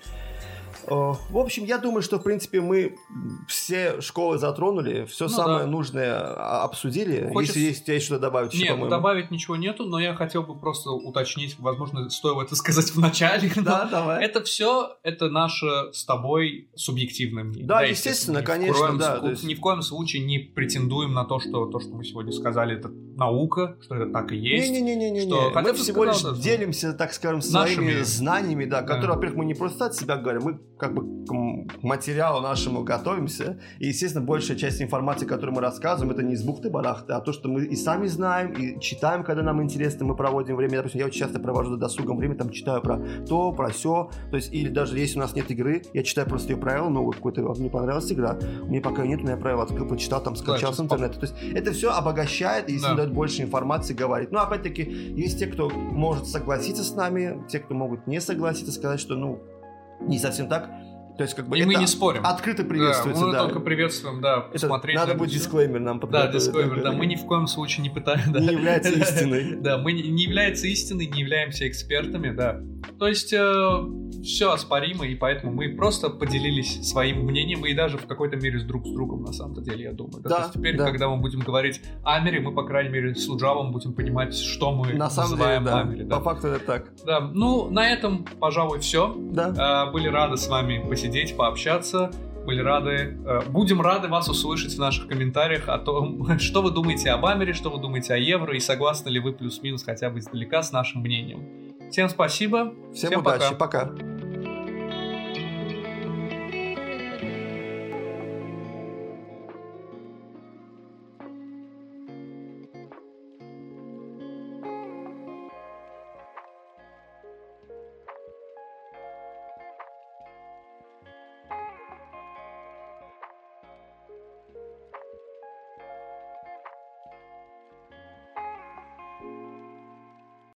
В общем, я думаю, что, в принципе, мы все школы затронули, все самое нужное обсудили. Если у тебя есть что-то добавить еще, Нет, по-моему. добавить ничего нету, но я хотел бы просто уточнить, возможно, стоило это сказать в начале. Да, давай. Это все, это наше с тобой субъективное мнение. Да, естественно, конечно, да. Ни в коем случае не претендуем на то, что мы сегодня сказали, это наука, что это так и есть. Не-не-не. Мы всего лишь делимся, так скажем, своими знаниями, да, которые, во-первых, мы не просто от себя говорим, мы как бы к материалу нашему готовимся. И, естественно, большая часть информации, которую мы рассказываем, это не из бухты-барахты, а то, что мы и сами знаем, и читаем, когда нам интересно, мы проводим время. Допустим, я очень часто провожу досугом время, там читаю про то, про сё. То есть, или даже если у нас нет игры, я читаю просто ее правила, ну, какой-то мне понравилась игра, мне пока нет, но я правила открыл, почитал, там, скачал с интернета. То есть, это все обогащает и, если дает больше информации, говорит. Ну, опять-таки, есть те, кто может согласиться с нами, те, кто могут не согласиться, сказать, что, ну, не совсем так. То есть, как бы, и мы не спорим. Открыто приветствуется, мы только приветствуем, посмотреть. Надо будет дисклеймер нам подготовить. Да, дисклеймер, да, мы ни в коем случае не пытаемся... Не является истиной. Да, мы не являемся истиной, не являемся экспертами, да. То есть, все оспоримо, и поэтому мы просто поделились своим мнением, и даже в какой-то мере с другом, на самом деле, я думаю. То есть, теперь, когда мы будем говорить Амери, мы, по крайней мере, с Уджавом будем понимать, что мы называем Амери. По факту это так. Да, ну, на этом, пожалуй, все. Да. Были рады с вами посидеть, пообщаться. Будем рады вас услышать в наших комментариях о том, что вы думаете об Амере, что вы думаете о евро, и согласны ли вы плюс-минус хотя бы издалека с нашим мнением. Всем спасибо. Всем удачи. Пока.